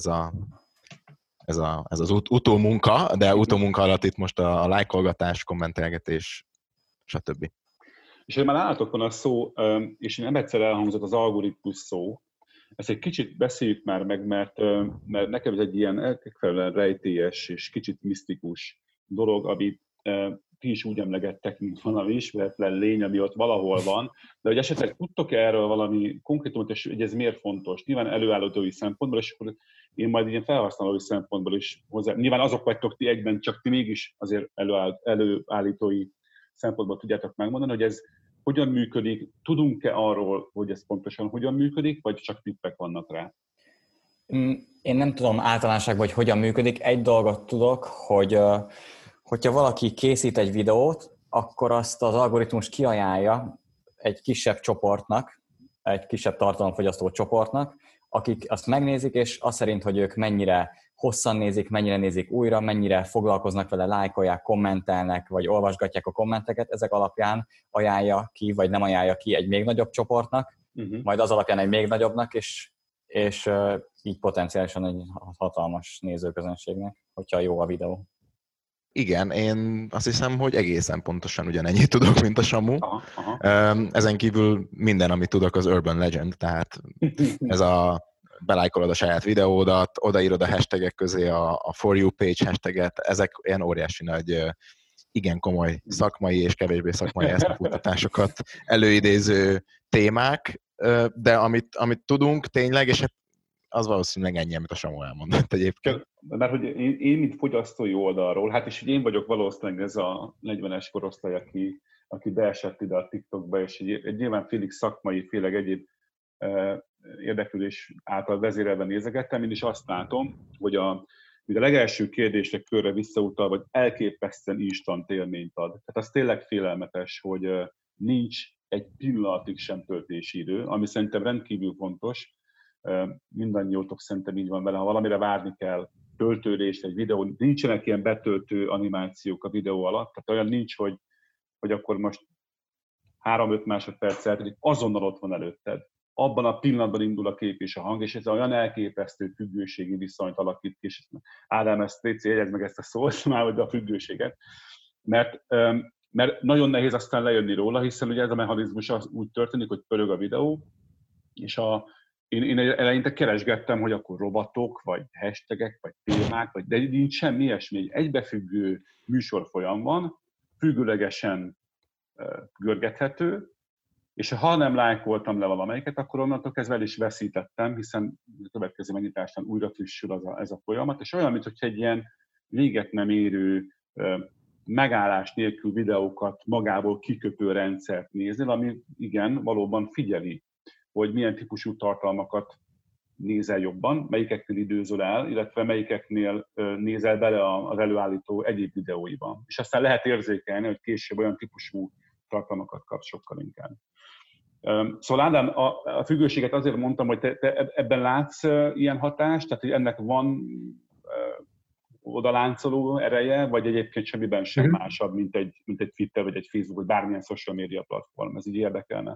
Speaker 1: ez az utómunka, de utómunka alatt itt most a lájkolgatás, kommentelgetés, stb.
Speaker 5: És már nálatok van a szó, és nem egyszer elhangzott az algoritmus szó. Ezt egy kicsit beszéljük már meg, mert nekem ez egy ilyen elképzelően rejtélyes és kicsit misztikus dolog, amit ti is úgy emlegettek, mint valami ismeretlen lény, ami ott valahol van, de hogy esetleg tudtok erről valami konkrétumot, és hogy ez miért fontos? Nyilván előállítói szempontból, és akkor én majd ilyen felhasználói szempontból is hozzá. Nyilván azok vagytok ti egyben, csak ti mégis azért előállítói szempontból tudjátok megmondani, hogy ez hogyan működik, tudunk-e arról, hogy ez pontosan hogyan működik, vagy csak tippek vannak rá?
Speaker 2: Én nem tudom általánosságban, hogy hogyan működik. Egy dolgot tudok, hogy hogyha valaki készít egy videót, akkor azt az algoritmus kiajánlja egy kisebb csoportnak, egy kisebb tartalomfogyasztó csoportnak, akik azt megnézik, és azt szerint, hogy ők mennyire hosszan nézik, mennyire nézik újra, mennyire foglalkoznak vele, lájkolják, kommentelnek, vagy olvasgatják a kommenteket, ezek alapján ajánlja ki, vagy nem ajánlja ki egy még nagyobb csoportnak, majd az alapján egy még nagyobbnak, és így potenciálisan egy hatalmas nézőközönségnek, hogyha jó a videó.
Speaker 1: Igen, én azt hiszem, hogy egészen pontosan ugyanennyit tudok, mint a Samu.
Speaker 5: Aha.
Speaker 1: Ezen kívül minden, amit tudok, az Urban Legend, tehát ez a belájkolod a saját videódat, odaírod a hashtagek közé a For You page hashtaget, ezek ilyen óriási nagy, igen komoly szakmai és kevésbé szakmai eszmefutatásokat előidéző témák, de amit tudunk tényleg, és az valószínűleg ennyi, amit a Samu elmondott egyébként.
Speaker 5: Mert hogy én mint fogyasztói oldalról, hát és én vagyok valószínűleg ez a 40-es korosztály, aki beesett ide a TikTokba, és egy nyilván félig szakmai, félig egyéb érdeklődés által vezérelve nézegettem, én is azt látom, hogy a legelső kérdésre körre visszautal, vagy elképesztően instant élményt ad. Tehát az tényleg félelmetes, hogy nincs egy pillanatig sem töltési idő, ami szerintem rendkívül fontos. Mindannyiótok szerintem így van vele, ha valamire várni kell, töltődést, egy videó, nincsenek ilyen betöltő animációk a videó alatt, tehát olyan nincs, hogy akkor most 3-5 másodperc eltelik, azonnal ott van előtted. Abban a pillanatban indul a kép és a hang, és ez olyan elképesztő függőségi viszonyt alakít ki, és Ádám, ezt jegyezd meg ezt a szót, már vagy a függőséget, mert nagyon nehéz aztán lejönni róla, hiszen ugye ez a mechanizmus az úgy történik, hogy pörög a videó, és én eleinte keresgettem, hogy akkor robotok, vagy hashtagek, vagy témák, de nincs semmi ilyesmi. Egy egybefüggő műsorfolyam van, függőlegesen görgethető, és ha nem lájkoltam le valamelyiket, akkor onnantól kezdve el is veszítettem, hiszen a következő megnyitásnál újra frissül ez a folyamat, és olyan, mintha egy ilyen véget nem érő, megállás nélkül videókat magából kiköpő rendszert néznél, ami igen, valóban figyeli hogy milyen típusú tartalmakat nézel jobban, melyikeknél időzöl el, illetve melyikeknél nézel bele az előállító egyéb videóiban. És aztán lehet érzékelni, hogy később olyan típusú tartalmakat kapsz sokkal inkább. Szóval Ádám, a függőséget azért mondtam, hogy te ebben látsz ilyen hatást, tehát hogy ennek van odaláncoló ereje, vagy egyébként semmiben sem másabb, mint egy Twitter, vagy egy Facebook, vagy bármilyen social media platform. Ez így érdekelne.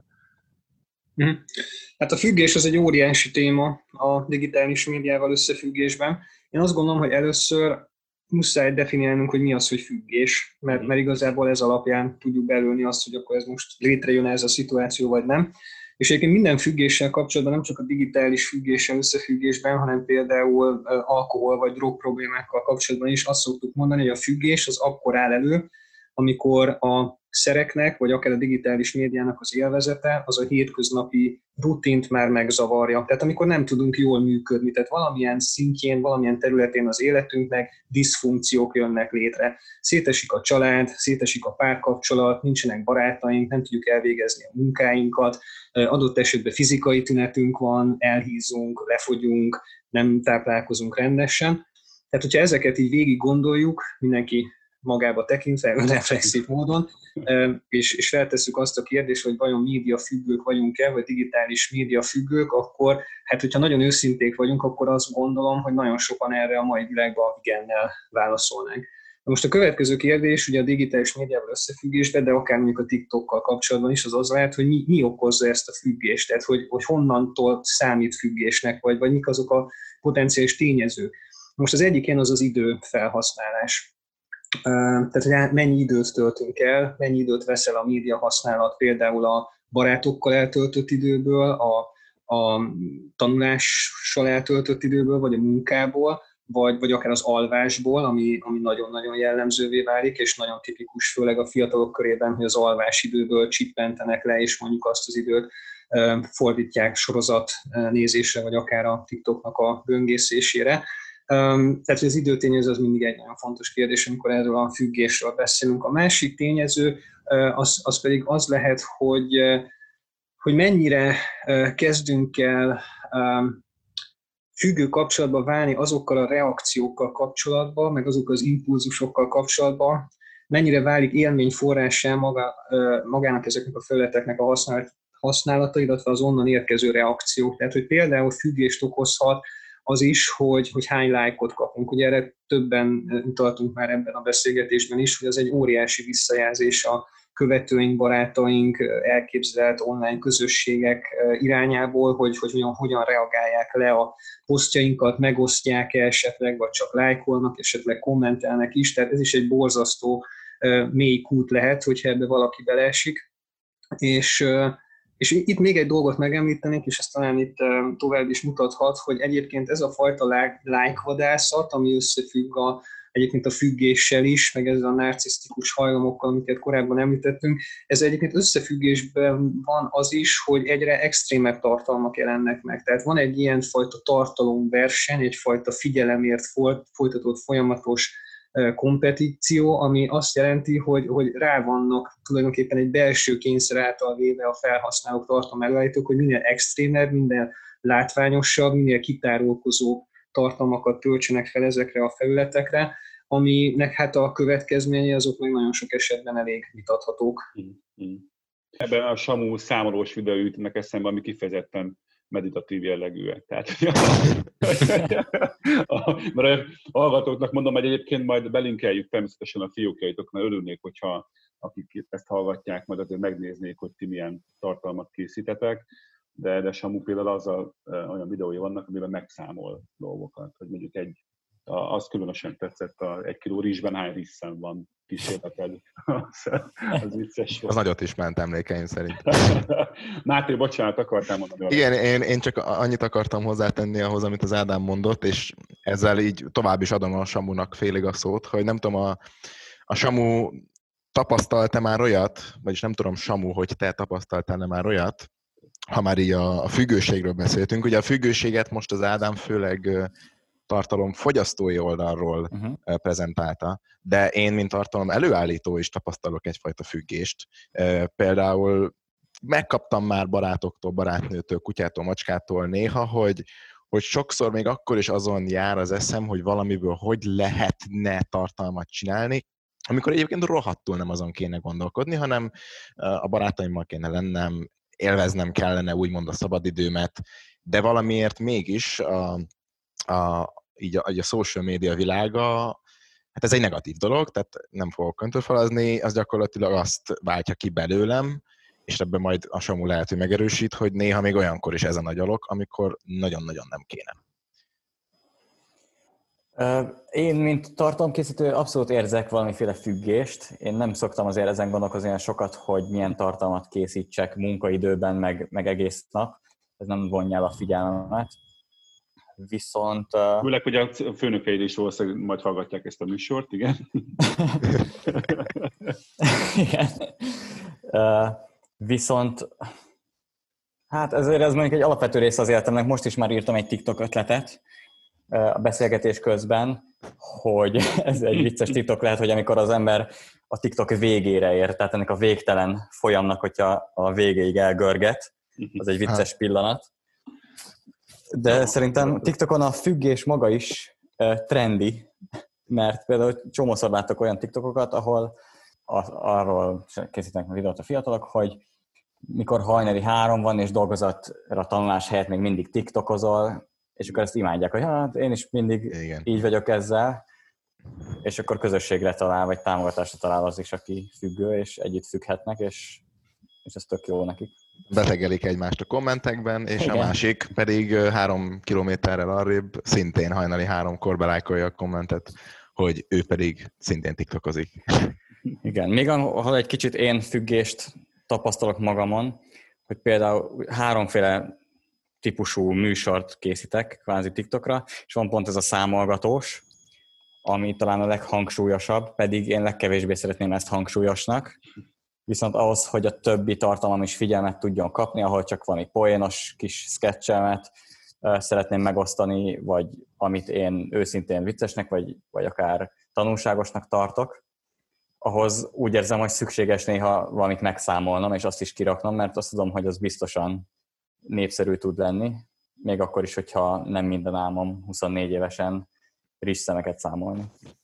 Speaker 3: Hát a függés az egy óriási téma a digitális médiával összefüggésben. Én azt gondolom, hogy először muszáj definiálnunk, hogy mi az, hogy függés, mert igazából ez alapján tudjuk belőni azt, hogy akkor ez most létrejön ez a szituáció, vagy nem. És egyébként minden függéssel kapcsolatban, nem csak a digitális függéssel összefüggésben, hanem például alkohol vagy drog problémákkal kapcsolatban is azt szoktuk mondani, hogy a függés az akkor áll elő, amikor a szereknek, vagy akár a digitális médiának az élvezete, az a hétköznapi rutint már megzavarja. Tehát amikor nem tudunk jól működni, tehát valamilyen szintjén, valamilyen területén az életünknek diszfunkciók jönnek létre. Szétesik a család, szétesik a párkapcsolat, nincsenek barátaink, nem tudjuk elvégezni a munkáinkat, adott esetben fizikai tünetünk van, elhízunk, lefogyunk, nem táplálkozunk rendesen. Tehát, hogyha ezeket így végig gondoljuk, mindenki magába tekintve, önreflexív módon, és feltesszük azt a kérdést, hogy vajon média függők vagyunk-e, vagy digitális média függők, akkor, hát hogyha nagyon őszinték vagyunk, akkor azt gondolom, hogy nagyon sokan erre a mai világban igennel válaszolnánk. Most a következő kérdés, ugye a digitális médiával összefüggésben, de akár mondjuk a TikTokkal kapcsolatban is az lehet, hogy mi okozza ezt a függést, tehát hogy honnantól számít függésnek, vagy mik azok a potenciális tényezők. Most az egyik ilyen az idő felhasználás. Tehát, hogy mennyi időt töltünk el, mennyi időt veszel a média használat, például a barátokkal eltöltött időből, a tanulással eltöltött időből, vagy a munkából, vagy akár az alvásból, ami nagyon-nagyon jellemzővé válik, és nagyon tipikus, főleg a fiatalok körében, hogy az alvásidőből csippentenek le, és mondjuk azt az időt fordítják sorozat nézésre, vagy akár a TikToknak a böngészésére. Tehát az időtényező az mindig egy nagyon fontos kérdés, amikor erről a függésről beszélünk. A másik tényező az pedig az lehet, hogy mennyire kezdünk el függő kapcsolatba válni azokkal a reakciókkal kapcsolatban, meg azokkal az impulzusokkal kapcsolatban, mennyire válik élményforrássá magának ezeknek a felületeknek a használata, illetve az onnan érkező reakciók. Tehát, hogy például függést okozhat az is, hogy hány lájkot kapunk. Ugye erre többen utaltunk már ebben a beszélgetésben is, hogy az egy óriási visszajelzés a követőink, barátaink, elképzelt online közösségek irányából, hogy hogyan reagálják le a posztjainkat, megosztják esetleg, vagy csak lájkolnak, esetleg kommentelnek is. Tehát ez is egy borzasztó mély kút lehet, hogyha ebbe valaki beleesik. És itt még egy dolgot megemlítenék, és ezt talán itt tovább is mutathat, hogy egyébként ez a fajta lájkvadászat, ami összefügg egyébként a függéssel is, meg ezzel a narcisztikus hajlamokkal, amiket korábban említettünk, ez egyébként összefüggésben van az is, hogy egyre extrémebb tartalmak jelennek meg. Tehát van egy ilyen fajta tartalomverseny, egyfajta figyelemért folytatott folyamatos kompetíció, ami azt jelenti, hogy rá vannak tulajdonképpen egy belső kényszer által véve a felhasználók, tartalmelőállítók, hogy minél extrémebb, minél látványosabb, minél kitárulkozóbb tartalmakat töltsenek fel ezekre a felületekre, aminek hát a következményei azok meg nagyon sok esetben elég vitathatók.
Speaker 5: Ebben a Samu számolós videó jutnak eszembe, ami kifejezetten meditatív jellegűek. Tehát, mert a hallgatóknak mondom, hogy egyébként majd belinkeljük természetesen a fiókjaitoknál, örülnék, hogyha akik ezt hallgatják, majd azért megnéznék, hogy ti milyen tartalmat készítetek, de Samu például azzal olyan videói vannak, amiben megszámol dolgokat, hogy mondjuk az különösen tetszett, 1 kiló rizsben hány rizszem van kísérleted. Az vicces.
Speaker 1: Az nagyot is ment emlékeim szerint.
Speaker 5: Máté, bocsánat, akartál mondani?
Speaker 1: Igen, én csak annyit akartam hozzátenni ahhoz, amit az Ádám mondott, és ezzel így tovább is adom a Samunak félig a szót, hogy nem tudom, a Samu tapasztalta már olyat, vagyis nem tudom, Samu, hogy te tapasztaltál már olyat, ha már így a függőségről beszéltünk. Ugye a függőséget most az Ádám főleg tartalom fogyasztói oldalról prezentálta, de én, mint tartalom előállító is tapasztalok egyfajta függést. Például megkaptam már barátoktól, barátnőtől, kutyától, macskától néha, hogy sokszor még akkor is azon jár az eszem, hogy valamiből hogy lehetne tartalmat csinálni, amikor egyébként rohadtul nem azon kéne gondolkodni, hanem a barátaimmal kéne lennem, élveznem kellene úgymond a szabadidőmet, de valamiért mégis így a social média világa, hát ez egy negatív dolog, tehát nem fogok öntörfalazni, az gyakorlatilag azt váltja ki belőlem, és ebben majd a Samu lehet, hogy megerősít, hogy néha még olyankor is ez a nagy alok, amikor nagyon-nagyon nem kéne.
Speaker 2: Én, mint tartalomkészítő, abszolút érzek valamiféle függést. Én nem szoktam azért ezen gondolkozni olyan sokat, hogy milyen tartalmat készítsek munkaidőben, meg egész nap. Ez nem vonja el a figyelmemet. Viszont...
Speaker 5: Főleg, hogy a főnökeid is valószínűleg majd hallgatják ezt a műsort, igen?
Speaker 2: Igen. Viszont hát ez mondjuk egy alapvető része az életemnek. Most is már írtam egy TikTok ötletet a beszélgetés közben, hogy ez egy vicces TikTok lehet, hogy amikor az ember a TikTok végére ér, tehát ennek a végtelen folyamnak, hogyha a végéig elgörget, az egy vicces pillanat. De szerintem TikTokon a függés maga is trendi, mert például csomószor láttak olyan TikTokokat, ahol arról készítenek a videót a fiatalok, hogy mikor hajnali 3 van, és dolgozatra tanulás helyett még mindig TikTokozol, és akkor ezt imádják, hogy hát én is mindig igen, így vagyok ezzel, és akkor közösségre talál, vagy támogatásra talál az is, aki függő, és együtt függhetnek, és ez tök jó nekik.
Speaker 1: Betegelik egymást a kommentekben, és igen, a másik pedig 3 kilométerrel arrébb szintén hajnali 3-kor belájkolja a kommentet, hogy ő pedig szintén tiktokozik.
Speaker 2: Igen, még ahol egy kicsit én függést tapasztalok magamon, hogy például 3 típusú műsort készítek kvázi TikTokra, és van pont ez a számolgatós, ami talán a leghangsúlyosabb, pedig én legkevésbé szeretném ezt hangsúlyosnak. Viszont ahhoz, hogy a többi tartalmam is figyelmet tudjon kapni, ahol csak valami poénos kis sketchemet szeretném megosztani, vagy amit én őszintén viccesnek, vagy akár tanulságosnak tartok, ahhoz úgy érzem, hogy szükséges néha valamit megszámolnom, és azt is kiraknom, mert azt tudom, hogy az biztosan népszerű tud lenni, még akkor is, hogyha nem minden álmom 24 évesen rizsszemeket számolni.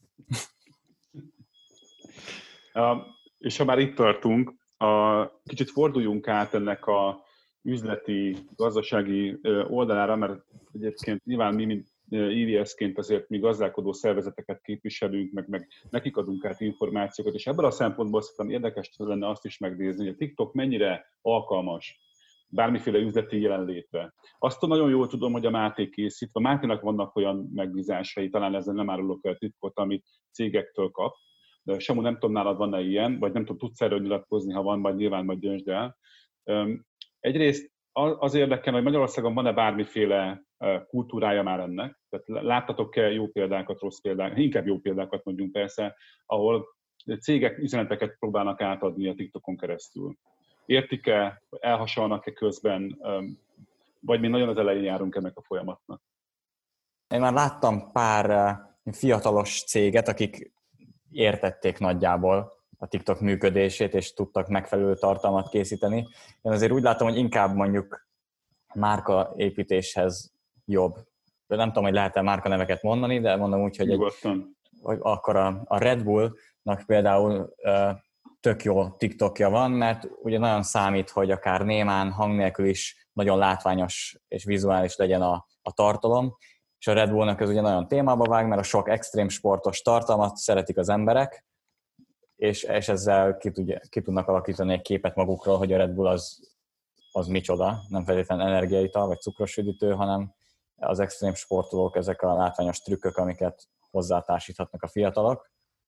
Speaker 5: És ha már itt tartunk, kicsit forduljunk át ennek a üzleti, gazdasági oldalára, mert egyébként nyilván mi, mint IVS-ként azért mi gazdálkodó szervezeteket képviselünk, meg nekik adunk át információkat, és ebből a szempontból szerintem érdekes lenne azt is megnézni, hogy a TikTok mennyire alkalmas bármiféle üzleti jelenlétre. Azt nagyon jól tudom, hogy a Máté készít, a Máténak vannak olyan megbízásai, talán ezzel nem árulok el titkot, amit cégektől kap. De Samu, nem tudom, nálad van-e ilyen, vagy nem tudom, tudsz erről nyilatkozni, ha van, majd nyilván majd döntsd el. Egyrészt az érdekel, hogy Magyarországon van-e bármiféle kultúrája már ennek, tehát láttatok-e jó példákat, rossz példákat, inkább jó példákat mondjunk persze, ahol cégek üzeneteket próbálnak átadni a TikTokon keresztül. Értik-e, elhasalnak-e közben, vagy mi nagyon az elején járunk ennek a folyamatnak?
Speaker 2: Én már láttam pár fiatalos céget, akik értették nagyjából a TikTok működését, és tudtak megfelelő tartalmat készíteni. Én azért úgy látom, hogy inkább mondjuk márkaépítéshez jobb. De nem tudom, hogy lehet-e márkaneveket mondani, de mondom úgy, hogy akkor a Red Bullnak például tök jó TikTokja van, mert ugye nagyon számít, hogy akár némán, hang nélkül is nagyon látványos és vizuális legyen a tartalom, és a Red Bullnak ez ugye nagyon témába vág, mert a sok extrém sportos tartalmat szeretik az emberek, és ezzel ki tudnak alakítani egy képet magukról, hogy a Red Bull az micsoda, nem feltétlenül energiaital vagy cukros üdítő, hanem az extrém sportolók, ezek a látványos trükkök, amiket hozzátársíthatnak a fiatalok.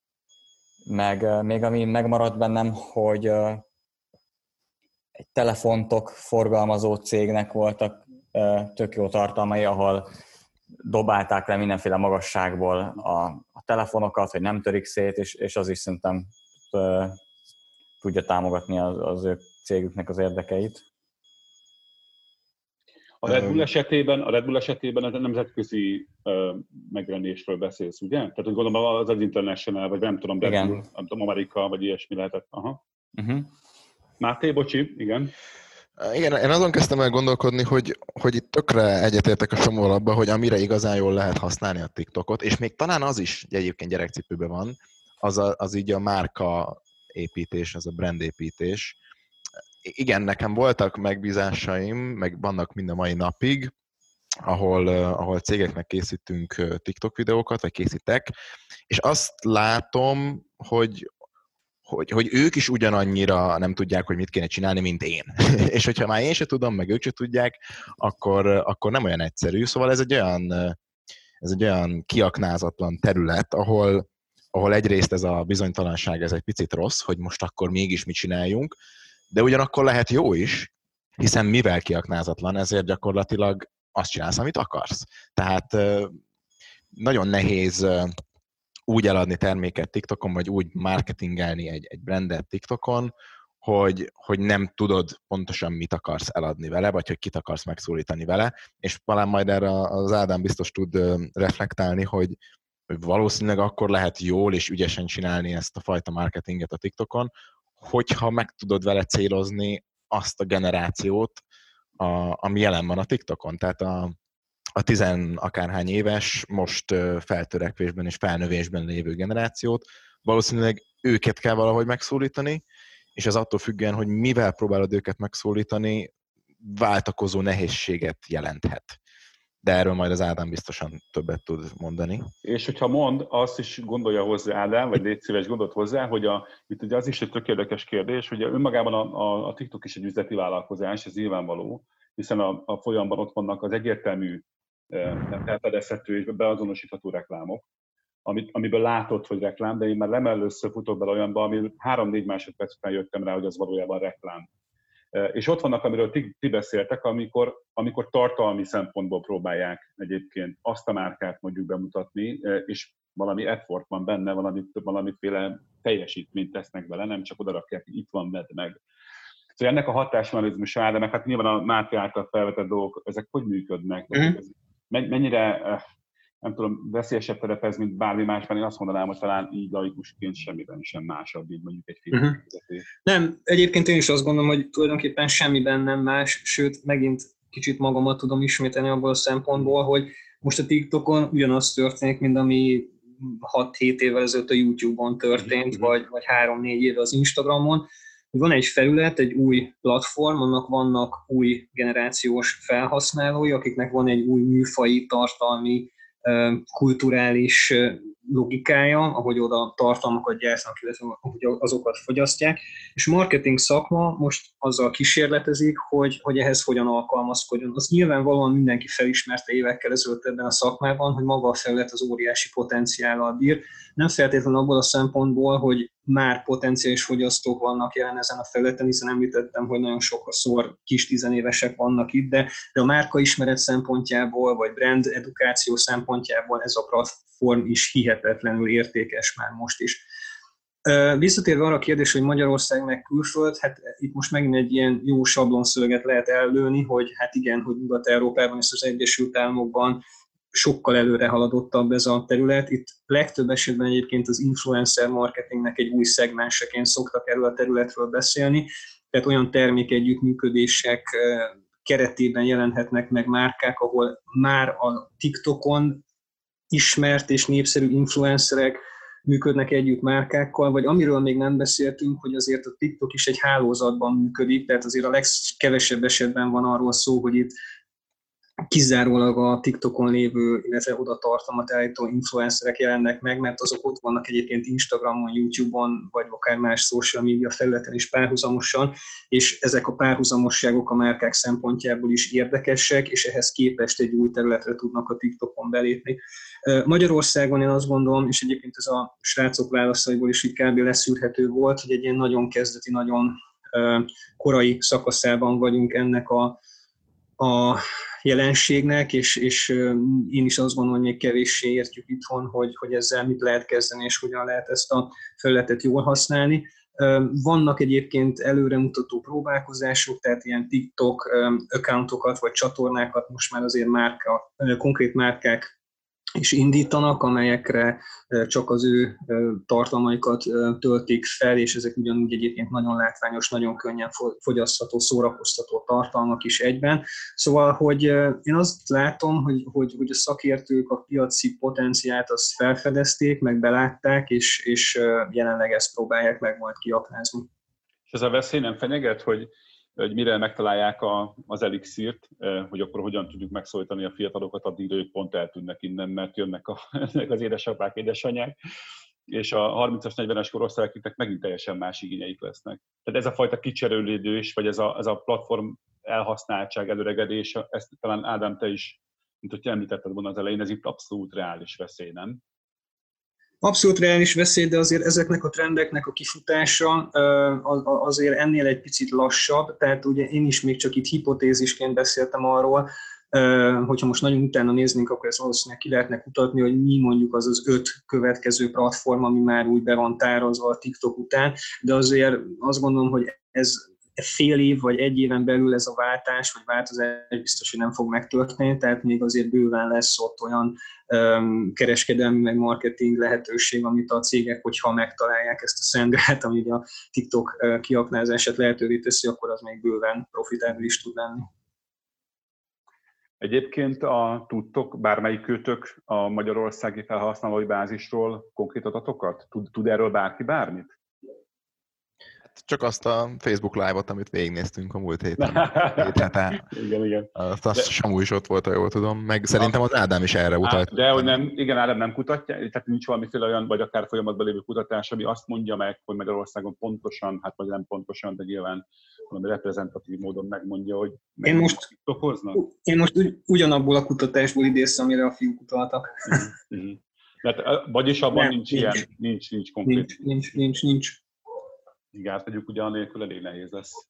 Speaker 2: Meg még ami megmaradt bennem, hogy egy telefontok forgalmazó cégnek voltak tök jó tartalmai, ahol dobálták le mindenféle magasságból a telefonokat, hogy nem törik szét, és az is szerintem tudja támogatni az ő cégüknek az érdekeit.
Speaker 5: A Red Bull esetében ez a nemzetközi megjelenésről beszélsz, ugye? Tehát hogy gondolom az International, vagy nem tudom, Red Bull, nem tudom, Amerika, vagy ilyesmi lehetett. Aha. Uh-huh. Máté, bocsi, igen.
Speaker 1: Igen, én azon kezdtem el gondolkodni, hogy itt tökre egyetértek a Somóval abban, hogy amire igazán jól lehet használni a TikTokot, és még talán az is egyébként gyerekcipőben van, az így a márka építés, az a brand építés. Igen, nekem voltak megbízásaim, meg vannak mind a mai napig, ahol cégeknek készítünk TikTok videókat, vagy készítek, és azt látom, hogy ők is ugyanannyira nem tudják, hogy mit kéne csinálni, mint én. És hogyha már én se tudom, meg ők se tudják, akkor nem olyan egyszerű. Szóval ez egy olyan kiaknázatlan terület, ahol egyrészt ez a bizonytalanság ez egy picit rossz, hogy most akkor mégis mit csináljunk, de ugyanakkor lehet jó is, hiszen mivel kiaknázatlan, ezért gyakorlatilag azt csinálsz, amit akarsz. Tehát nagyon nehéz úgy eladni terméket TikTokon, vagy úgy marketingelni egy brandet TikTokon, hogy nem tudod pontosan mit akarsz eladni vele, vagy hogy kit akarsz megszólítani vele, és talán majd erre az Ádám biztos tud reflektálni, hogy valószínűleg akkor lehet jól és ügyesen csinálni ezt a fajta marketinget a TikTokon, hogyha meg tudod vele célozni azt a generációt, ami jelen van a TikTokon. Tehát a 10 akárhány éves, most feltörekvésben és felnövésben lévő generációt, valószínűleg őket kell valahogy megszólítani, és ez attól függően, hogy mivel próbálod őket megszólítani, váltakozó nehézséget jelenthet. De erről majd az Ádám biztosan többet tud mondani.
Speaker 5: És hogyha mond, azt is gondolja hozzá Ádám, vagy légy szíves, gondolt hozzá, hogy itt ugye az is egy tök érdekes kérdés, hogy önmagában a TikTok is egy üzleti vállalkozás, ez nyilvánvaló, hiszen a folyamban ott vannak az egyértelmű, felfedezhető és beazonosítható reklámok, amiből látod, hogy reklám, de én már lemellőször futok bele olyanba, ami 3-4 másodperc után jöttem rá, hogy az valójában reklám. És ott vannak, amiről ti beszéltek, amikor tartalmi szempontból próbálják egyébként azt a márkát mondjuk bemutatni, és valami effort van benne, valamiféle teljesítményt tesznek vele, nem csak odarakják, hogy itt van, vedd meg. Szóval ennek a hatásmechanizmusa, de meg hát nyilván a Máté által felvetett dolgok, ezek hogy működnek? Mennyire, nem tudom, veszélyesebb terep ez, mint bármi másban, én azt mondanám, hogy talán így laikusként semmiben sem másabb, így mondjuk egy filmvezetés.
Speaker 3: Nem, egyébként én is azt gondolom, hogy tulajdonképpen semmiben nem más, sőt, megint kicsit magamat tudom ismételni abból a szempontból, hogy most a TikTokon ugyanaz történik, mint ami 6-7 évvel ezelőtt a YouTube-on történt, vagy 3-4 éve az Instagramon. Van egy felület, egy új platform, annak vannak új generációs felhasználói, akiknek van egy új műfaji, tartalmi, kulturális logikája, ahogy oda tartalmakat gyártanak, illetve ahogy azokat fogyasztják, és a marketing szakma most azzal kísérletezik, hogy ehhez hogyan alkalmazkodjon. Azt nyilvánvalóan mindenki felismerte évekkel ezelőtt ebben a szakmában, hogy maga a felület az óriási potenciállal bír. Nem feltétlenül abból a szempontból, hogy már potenciális fogyasztók vannak jelen ezen a felületen, hiszen említettem, hogy nagyon sokszor kis tizenévesek vannak itt, de a márkaismeret szempontjából, vagy brand edukáció szempontjából ez a platform is hihetetlenül értékes már most is. Visszatérve arra a kérdés, hogy Magyarország meg külföld, hát itt most megint egy ilyen jó sablonszöveget lehet ellőni, hogy hát igen, hogy Nyugat-Európában és az Egyesült Államokban sokkal előre haladottabb ez a terület. Itt legtöbb esetben egyébként az influencer marketingnek egy új szegmenseként szoktak erről a területről beszélni, tehát olyan termékegyüttműködések keretében jelenhetnek meg márkák, ahol már a TikTokon ismert és népszerű influencerek működnek együtt márkákkal, vagy amiről még nem beszéltünk, hogy azért a TikTok is egy hálózatban működik, tehát azért a legkevesebb esetben van arról szó, hogy itt kizárólag a TikTokon lévő, illetve oda tartalmat állító influencerek jelennek meg, mert azok ott vannak egyébként Instagramon, YouTube-on, vagy akár más social media felületen is párhuzamosan, és ezek a párhuzamosságok a márkák szempontjából is érdekesek, és ehhez képest egy új területre tudnak a TikTokon belépni. Magyarországon én azt gondolom, és egyébként ez a srácok válaszaiból is így kb. Leszűrhető volt, hogy egy ilyen nagyon kezdeti, nagyon korai szakaszában vagyunk ennek a jelenségnek, és én is azt gondolom, hogy még kevéssé értjük itthon, hogy ezzel mit lehet kezdeni, és hogyan lehet ezt a felületet jól használni. Vannak egyébként előremutató próbálkozások, tehát ilyen TikTok accountokat vagy csatornákat most már azért konkrét márkák és indítanak, amelyekre csak az ő tartalmaikat töltik fel, és ezek ugyanúgy egyébként nagyon látványos, nagyon könnyen fogyasztható, szórakoztató tartalmak is egyben. Szóval, hogy én azt látom, hogy a szakértők a piaci potenciált azt felfedezték, meg belátták, és jelenleg ezt próbálják meg majd kiaknázni.
Speaker 5: És ez a veszély nem fenyeget, hogy mire megtalálják az elixírt, hogy akkor hogyan tudjuk megszólítani a fiatalokat, addig ők pont eltűnnek innen, mert jönnek az édesapák, édesanyák, és a 30-as, 40-es korosztályoknak megint teljesen más igényeik lesznek. Tehát ez a fajta kicserélődés, vagy ez a platform elhasználtság, előregedés, ezt talán Ádám, te is, mint hogy említetted volna az elején, ez itt abszolút reális veszély, nem?
Speaker 3: Abszolút reális veszély, de azért ezeknek a trendeknek a kifutása azért ennél egy picit lassabb, tehát ugye én is még csak itt hipotézisként beszéltem arról, hogyha most nagyon utána néznénk, akkor ezt valószínűleg ki lehetne kutatni, hogy mi mondjuk az az 5 következő platform, ami már úgy be van tározva a TikTok után, de azért azt gondolom, hogy ez fél év vagy egy éven belül ez a váltás, vagy változás biztos, hogy nem fog megtörténni, tehát még azért bőven lesz ott olyan kereskedelmi, meg marketing lehetőség, amit a cégek, hogyha megtalálják ezt a szendrát, ami a TikTok kiaknázását lehetővé teszi, akkor az még bőven profitábilis tud lenni.
Speaker 5: Egyébként tudtok bármelyikőtök a magyarországi felhasználói bázisról konkrét adatokat? Tud erről bárki bármit?
Speaker 1: Csak azt a Facebook live-ot, amit végignéztünk a múlt héten.
Speaker 5: Igen.
Speaker 1: Azt Samu is ott volt, ha jól tudom, meg szerintem az Ádám is erre utalt.
Speaker 5: De hogy nem, igen, Ádám nem kutatja, tehát nincs valamiféle olyan, vagy akár folyamatban lévő kutatás, ami azt mondja meg, hogy Magyarországon pontosan, hát vagy nem pontosan, de nyilván valami reprezentatív módon megmondja, hogy
Speaker 3: én most ugyanabból a kutatásból idéztem, amire a fiúk utaltak.
Speaker 5: Tehát, vagyis abban nincs ilyen, nincs konkrét.
Speaker 3: Nincs.
Speaker 5: Igen, mondjuk ugye anélkül elég nehéz lesz.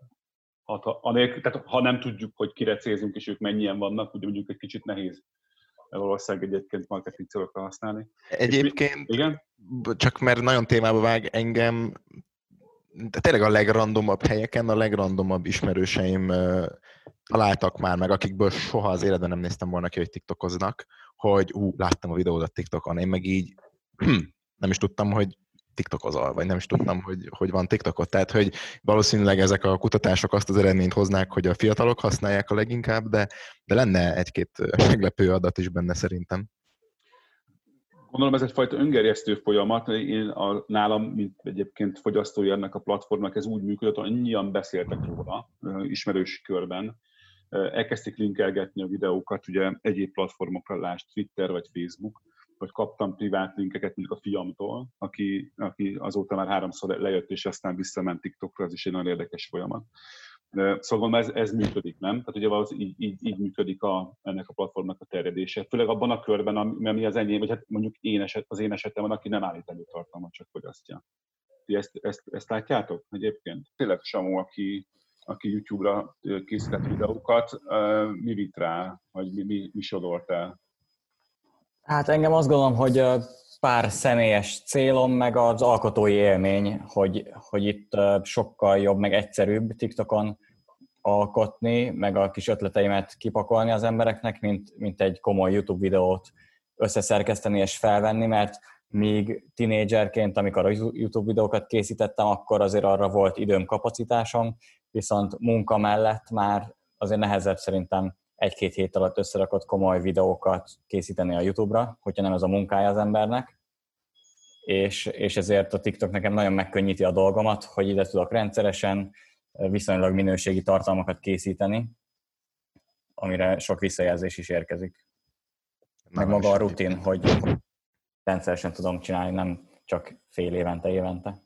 Speaker 5: Tehát ha nem tudjuk, hogy kire célzunk és ők mennyien vannak, ugye mondjuk egy kicsit nehéz valószínűleg egyébként marketing célokra használni.
Speaker 1: Egyébként,
Speaker 5: igen?
Speaker 1: Csak mert nagyon témába vág engem, de tényleg a legrandomabb helyeken, a legrandomabb ismerőseim találtak már meg, akikből soha az életben nem néztem volna ki, hogy tiktokoznak, hogy láttam a videódat TikTokon, én meg így nem is tudtam, hogy tiktokozol, vagy nem is tudtam, hogy van TikTokot. Tehát, hogy valószínűleg ezek a kutatások azt az eredményt hoznák, hogy a fiatalok használják a leginkább, de lenne egy-két meglepő adat is benne szerintem.
Speaker 5: Gondolom ez egyfajta öngerjesztő folyamat. Nálam, mint egyébként fogyasztói ennek a platformnak, ez úgy működött, hogy annyian beszéltek róla ismerős körben. Elkezdték linkelgetni a videókat, ugye egyéb platformokra, lásd Twitter vagy Facebook, vagy kaptam privát linkeket mondjuk a fiamtól, aki azóta már 3-szor lejött, és aztán visszament TikTokra, ez is egy nagyon érdekes folyamat. Szóval ez működik, nem? Tehát ugye valószínűleg így működik ennek a platformnak a terjedése. Főleg abban a körben, ami az enyém, vagy hát mondjuk az én esetemben, aki nem állít elő tartalmat, csak fogyasztja. Ti ezt látjátok egyébként? Tényleg Samu, aki YouTube-ra készített videókat, mi vitt rá, vagy mi sodort el?
Speaker 2: Hát engem azt gondolom, hogy pár személyes célom, meg az alkotói élmény, hogy itt sokkal jobb, meg egyszerűbb TikTokon alkotni, meg a kis ötleteimet kipakolni az embereknek, mint egy komoly YouTube videót összeszerkeszteni és felvenni, mert míg tinédzserként, amikor a YouTube videókat készítettem, akkor azért arra volt időm, kapacitásom, viszont munka mellett már azért nehezebb szerintem 1-2 hét alatt összerakott komoly videókat készíteni a YouTube-ra, hogyha nem ez a munkája az embernek. És ezért a TikTok nekem nagyon megkönnyíti a dolgomat, hogy ide tudok rendszeresen viszonylag minőségi tartalmakat készíteni, amire sok visszajelzés is érkezik. Meg maga a rutin, hogy rendszeresen tudom csinálni, nem csak fél évente.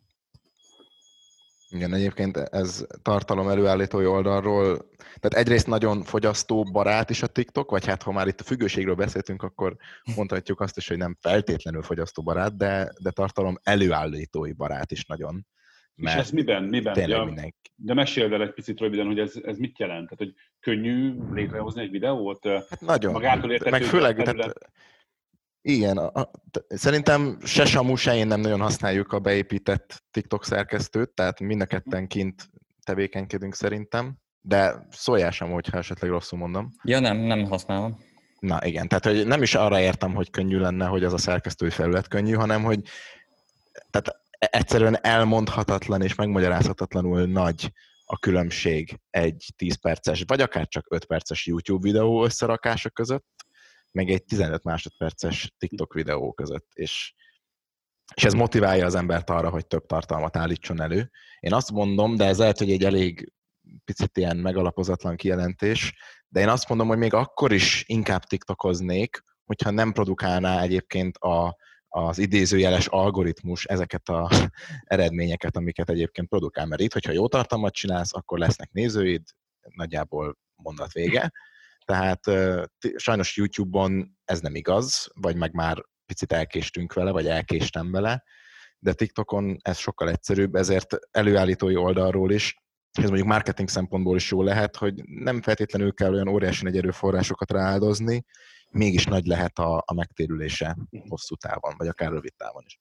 Speaker 1: Igen, egyébként ez tartalom előállítói oldalról, tehát egyrészt nagyon fogyasztóbarát is a TikTok, vagy hát ha már itt a függőségről beszéltünk, akkor mondhatjuk azt is, hogy nem feltétlenül fogyasztóbarát, de tartalom előállítói barát is nagyon.
Speaker 5: És ez miben? De meséld el egy picit röviden, hogy ez mit jelent? Tehát, hogy könnyű létrehozni egy videót?
Speaker 1: Hát nagyon. Meg főleg, tehát, igen, szerintem se Samu, se én nem nagyon használjuk a beépített TikTok szerkesztőt, tehát mind a ketten kint tevékenykedünk szerintem, de szóljál Samu, hogyha esetleg rosszul mondom.
Speaker 2: Ja, nem használom.
Speaker 1: Na igen, tehát hogy nem is arra értem, hogy könnyű lenne, hogy az a szerkesztői felület könnyű, hanem hogy tehát egyszerűen elmondhatatlan és megmagyarázhatatlanul nagy a különbség egy 10 perces, vagy akár csak 5 perces YouTube videó összerakása között, meg egy 15 másodperces TikTok videó között, és ez motiválja az embert arra, hogy több tartalmat állítson elő. Én azt mondom, de ez lehet, hogy egy elég picit ilyen megalapozatlan kijelentés, de én azt mondom, hogy még akkor is inkább TikTokoznék, hogyha nem produkálná egyébként az idézőjeles algoritmus ezeket az eredményeket, amiket egyébként produkál. Mert itt, hogyha jó tartalmat csinálsz, akkor lesznek nézőid, nagyjából mondat vége. Tehát sajnos YouTube-on ez nem igaz, vagy meg már picit elkéstünk vele, vagy elkéstem vele, de TikTokon ez sokkal egyszerűbb, ezért előállítói oldalról is, ez mondjuk marketing szempontból is jó lehet, hogy nem feltétlenül kell olyan óriási nagy erőforrásokat rááldozni, mégis nagy lehet a megtérülése hosszú távon, vagy akár rövid távon is.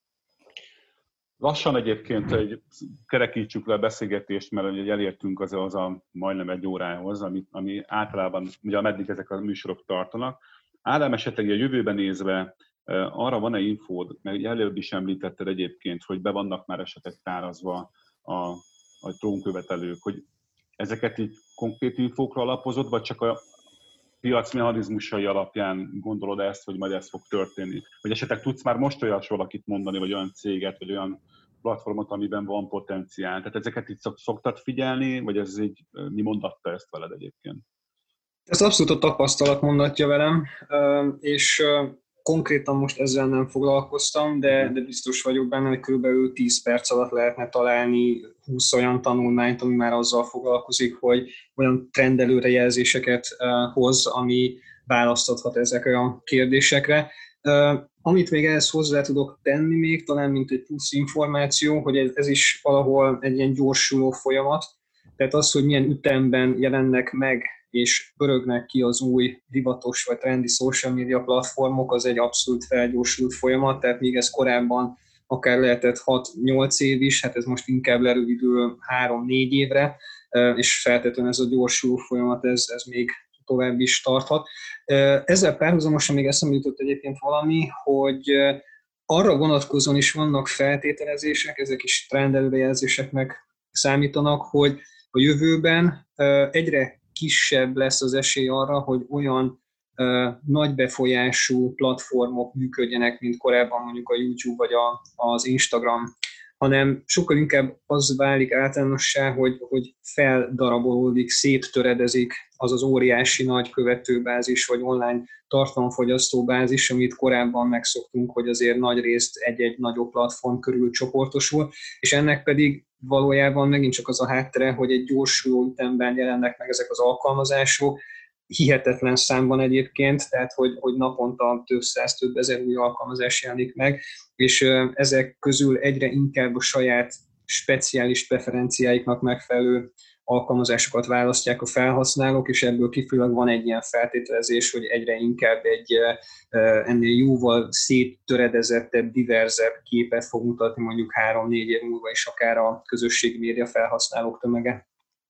Speaker 5: Lassan egyébként kerekítsük le a beszélgetést, mert ugye elértünk az a majdnem 1 órához, ami általában, ugye ameddig ezek a műsorok tartanak. Ádám, esetleg a jövőben nézve arra van-e infód, mert előbb is említetted egyébként, hogy be vannak már esetleg tárazva a trónkövetelők, hogy ezeket így konkrét infókra alapozod, vagy csak a piac mechanizmusai alapján gondolod ezt, hogy majd ez fog történni? Vagy esetleg tudsz már most olyas valakit mondani, vagy olyan céget, vagy olyan platformot, amiben van potenciál? Tehát ezeket így szoktad figyelni, vagy ez így mi mondatta ezt veled egyébként?
Speaker 3: Ez abszolút a tapasztalat mondatja velem, és konkrétan most ezzel nem foglalkoztam, de biztos vagyok benne, hogy körülbelül 10 perc alatt lehetne találni 20 olyan tanulmányt, ami már azzal foglalkozik, hogy olyan trendelőrejelzéseket hoz, ami választhathat ezekre a kérdésekre. Amit még ehhez hozzá tudok tenni még, talán mint egy plusz információ, hogy ez is valahol egy ilyen gyorsuló folyamat, tehát az, hogy milyen ütemben jelennek meg és pörögnek ki az új divatos vagy trendi social media platformok, az egy abszolút felgyorsult folyamat, tehát még ez korábban akár lehetett 6-8 év is, hát ez most inkább lerövidül 3-4 évre, és feltétlenül ez a gyorsuló folyamat, ez még tovább is tarthat. Ezzel párhuzamosan még eszembe jutott egyébként valami, hogy arra vonatkozóan is vannak feltételezések, ezek is trendelőrejelzéseknek számítanak, hogy a jövőben egyre kisebb lesz az esély arra, hogy olyan nagy befolyású platformok működjenek, mint korábban mondjuk a YouTube vagy az Instagram, hanem sokkal inkább az válik általánossá, hogy feldarabolódik, széttöredezik az az óriási nagy követőbázis, vagy online tartalomfogyasztóbázis, amit korábban megszoktunk, hogy azért nagy részt egy-egy nagyobb platform körül csoportosul, és ennek pedig valójában megint csak az a háttere, hogy egy gyorsuló ütemben jelennek meg ezek az alkalmazások, hihetetlen számban egyébként, tehát hogy naponta több száz, több ezer új alkalmazás jelenik meg, és ezek közül egyre inkább a saját speciális preferenciáiknak megfelelő alkalmazásokat választják a felhasználók, és ebből kifolyólag van egy ilyen feltételezés, hogy egyre inkább egy ennél jóval széttöredezettebb, diverzebb képet fog mutatni mondjuk 3-4 év múlva is akár a közösségi média felhasználók tömege.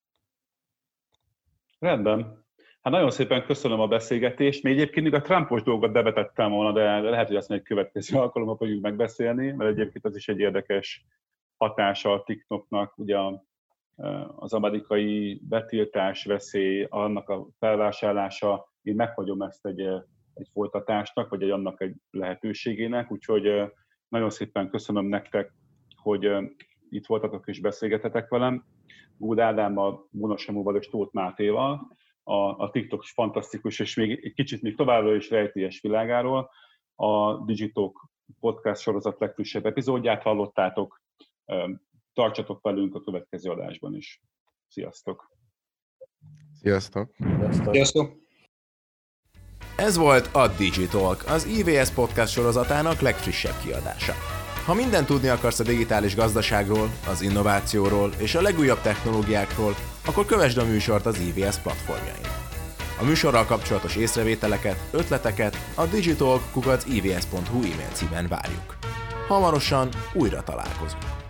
Speaker 5: Rendben. Hát nagyon szépen köszönöm a beszélgetést. Még egyébként még a Trumpos dolgot bevetettem volna, de lehet, hogy azt még következő alkalommal fogjuk megbeszélni, mert egyébként az is egy érdekes hatása a TikToknak, ugye az amerikai betiltás veszély, annak a felvásárlása, én meghagyom ezt egy folytatásnak, vagy annak egy lehetőségének, úgyhogy nagyon szépen köszönöm nektek, hogy itt voltatok és beszélgetetek velem. Gúd Ádámmal, Buna Samúval és Tóth Mátéval, a TikTok fantasztikus és még egy kicsit még továbbra is rejtélyes világáról. A Digitalk podcast sorozat legfrissebb epizódját hallottátok. Tartsatok velünk a következő adásban is. Sziasztok!
Speaker 1: Sziasztok!
Speaker 3: Sziasztok!
Speaker 4: Ez volt a Digitalk, az IVS podcast sorozatának legfrissebb kiadása. Ha mindent tudni akarsz a digitális gazdaságról, az innovációról és a legújabb technológiákról, akkor kövesd a műsort az IVS platformjain. A műsorral kapcsolatos észrevételeket, ötleteket a digitalk@ivs.hu e-mail címen várjuk. Hamarosan újra találkozunk.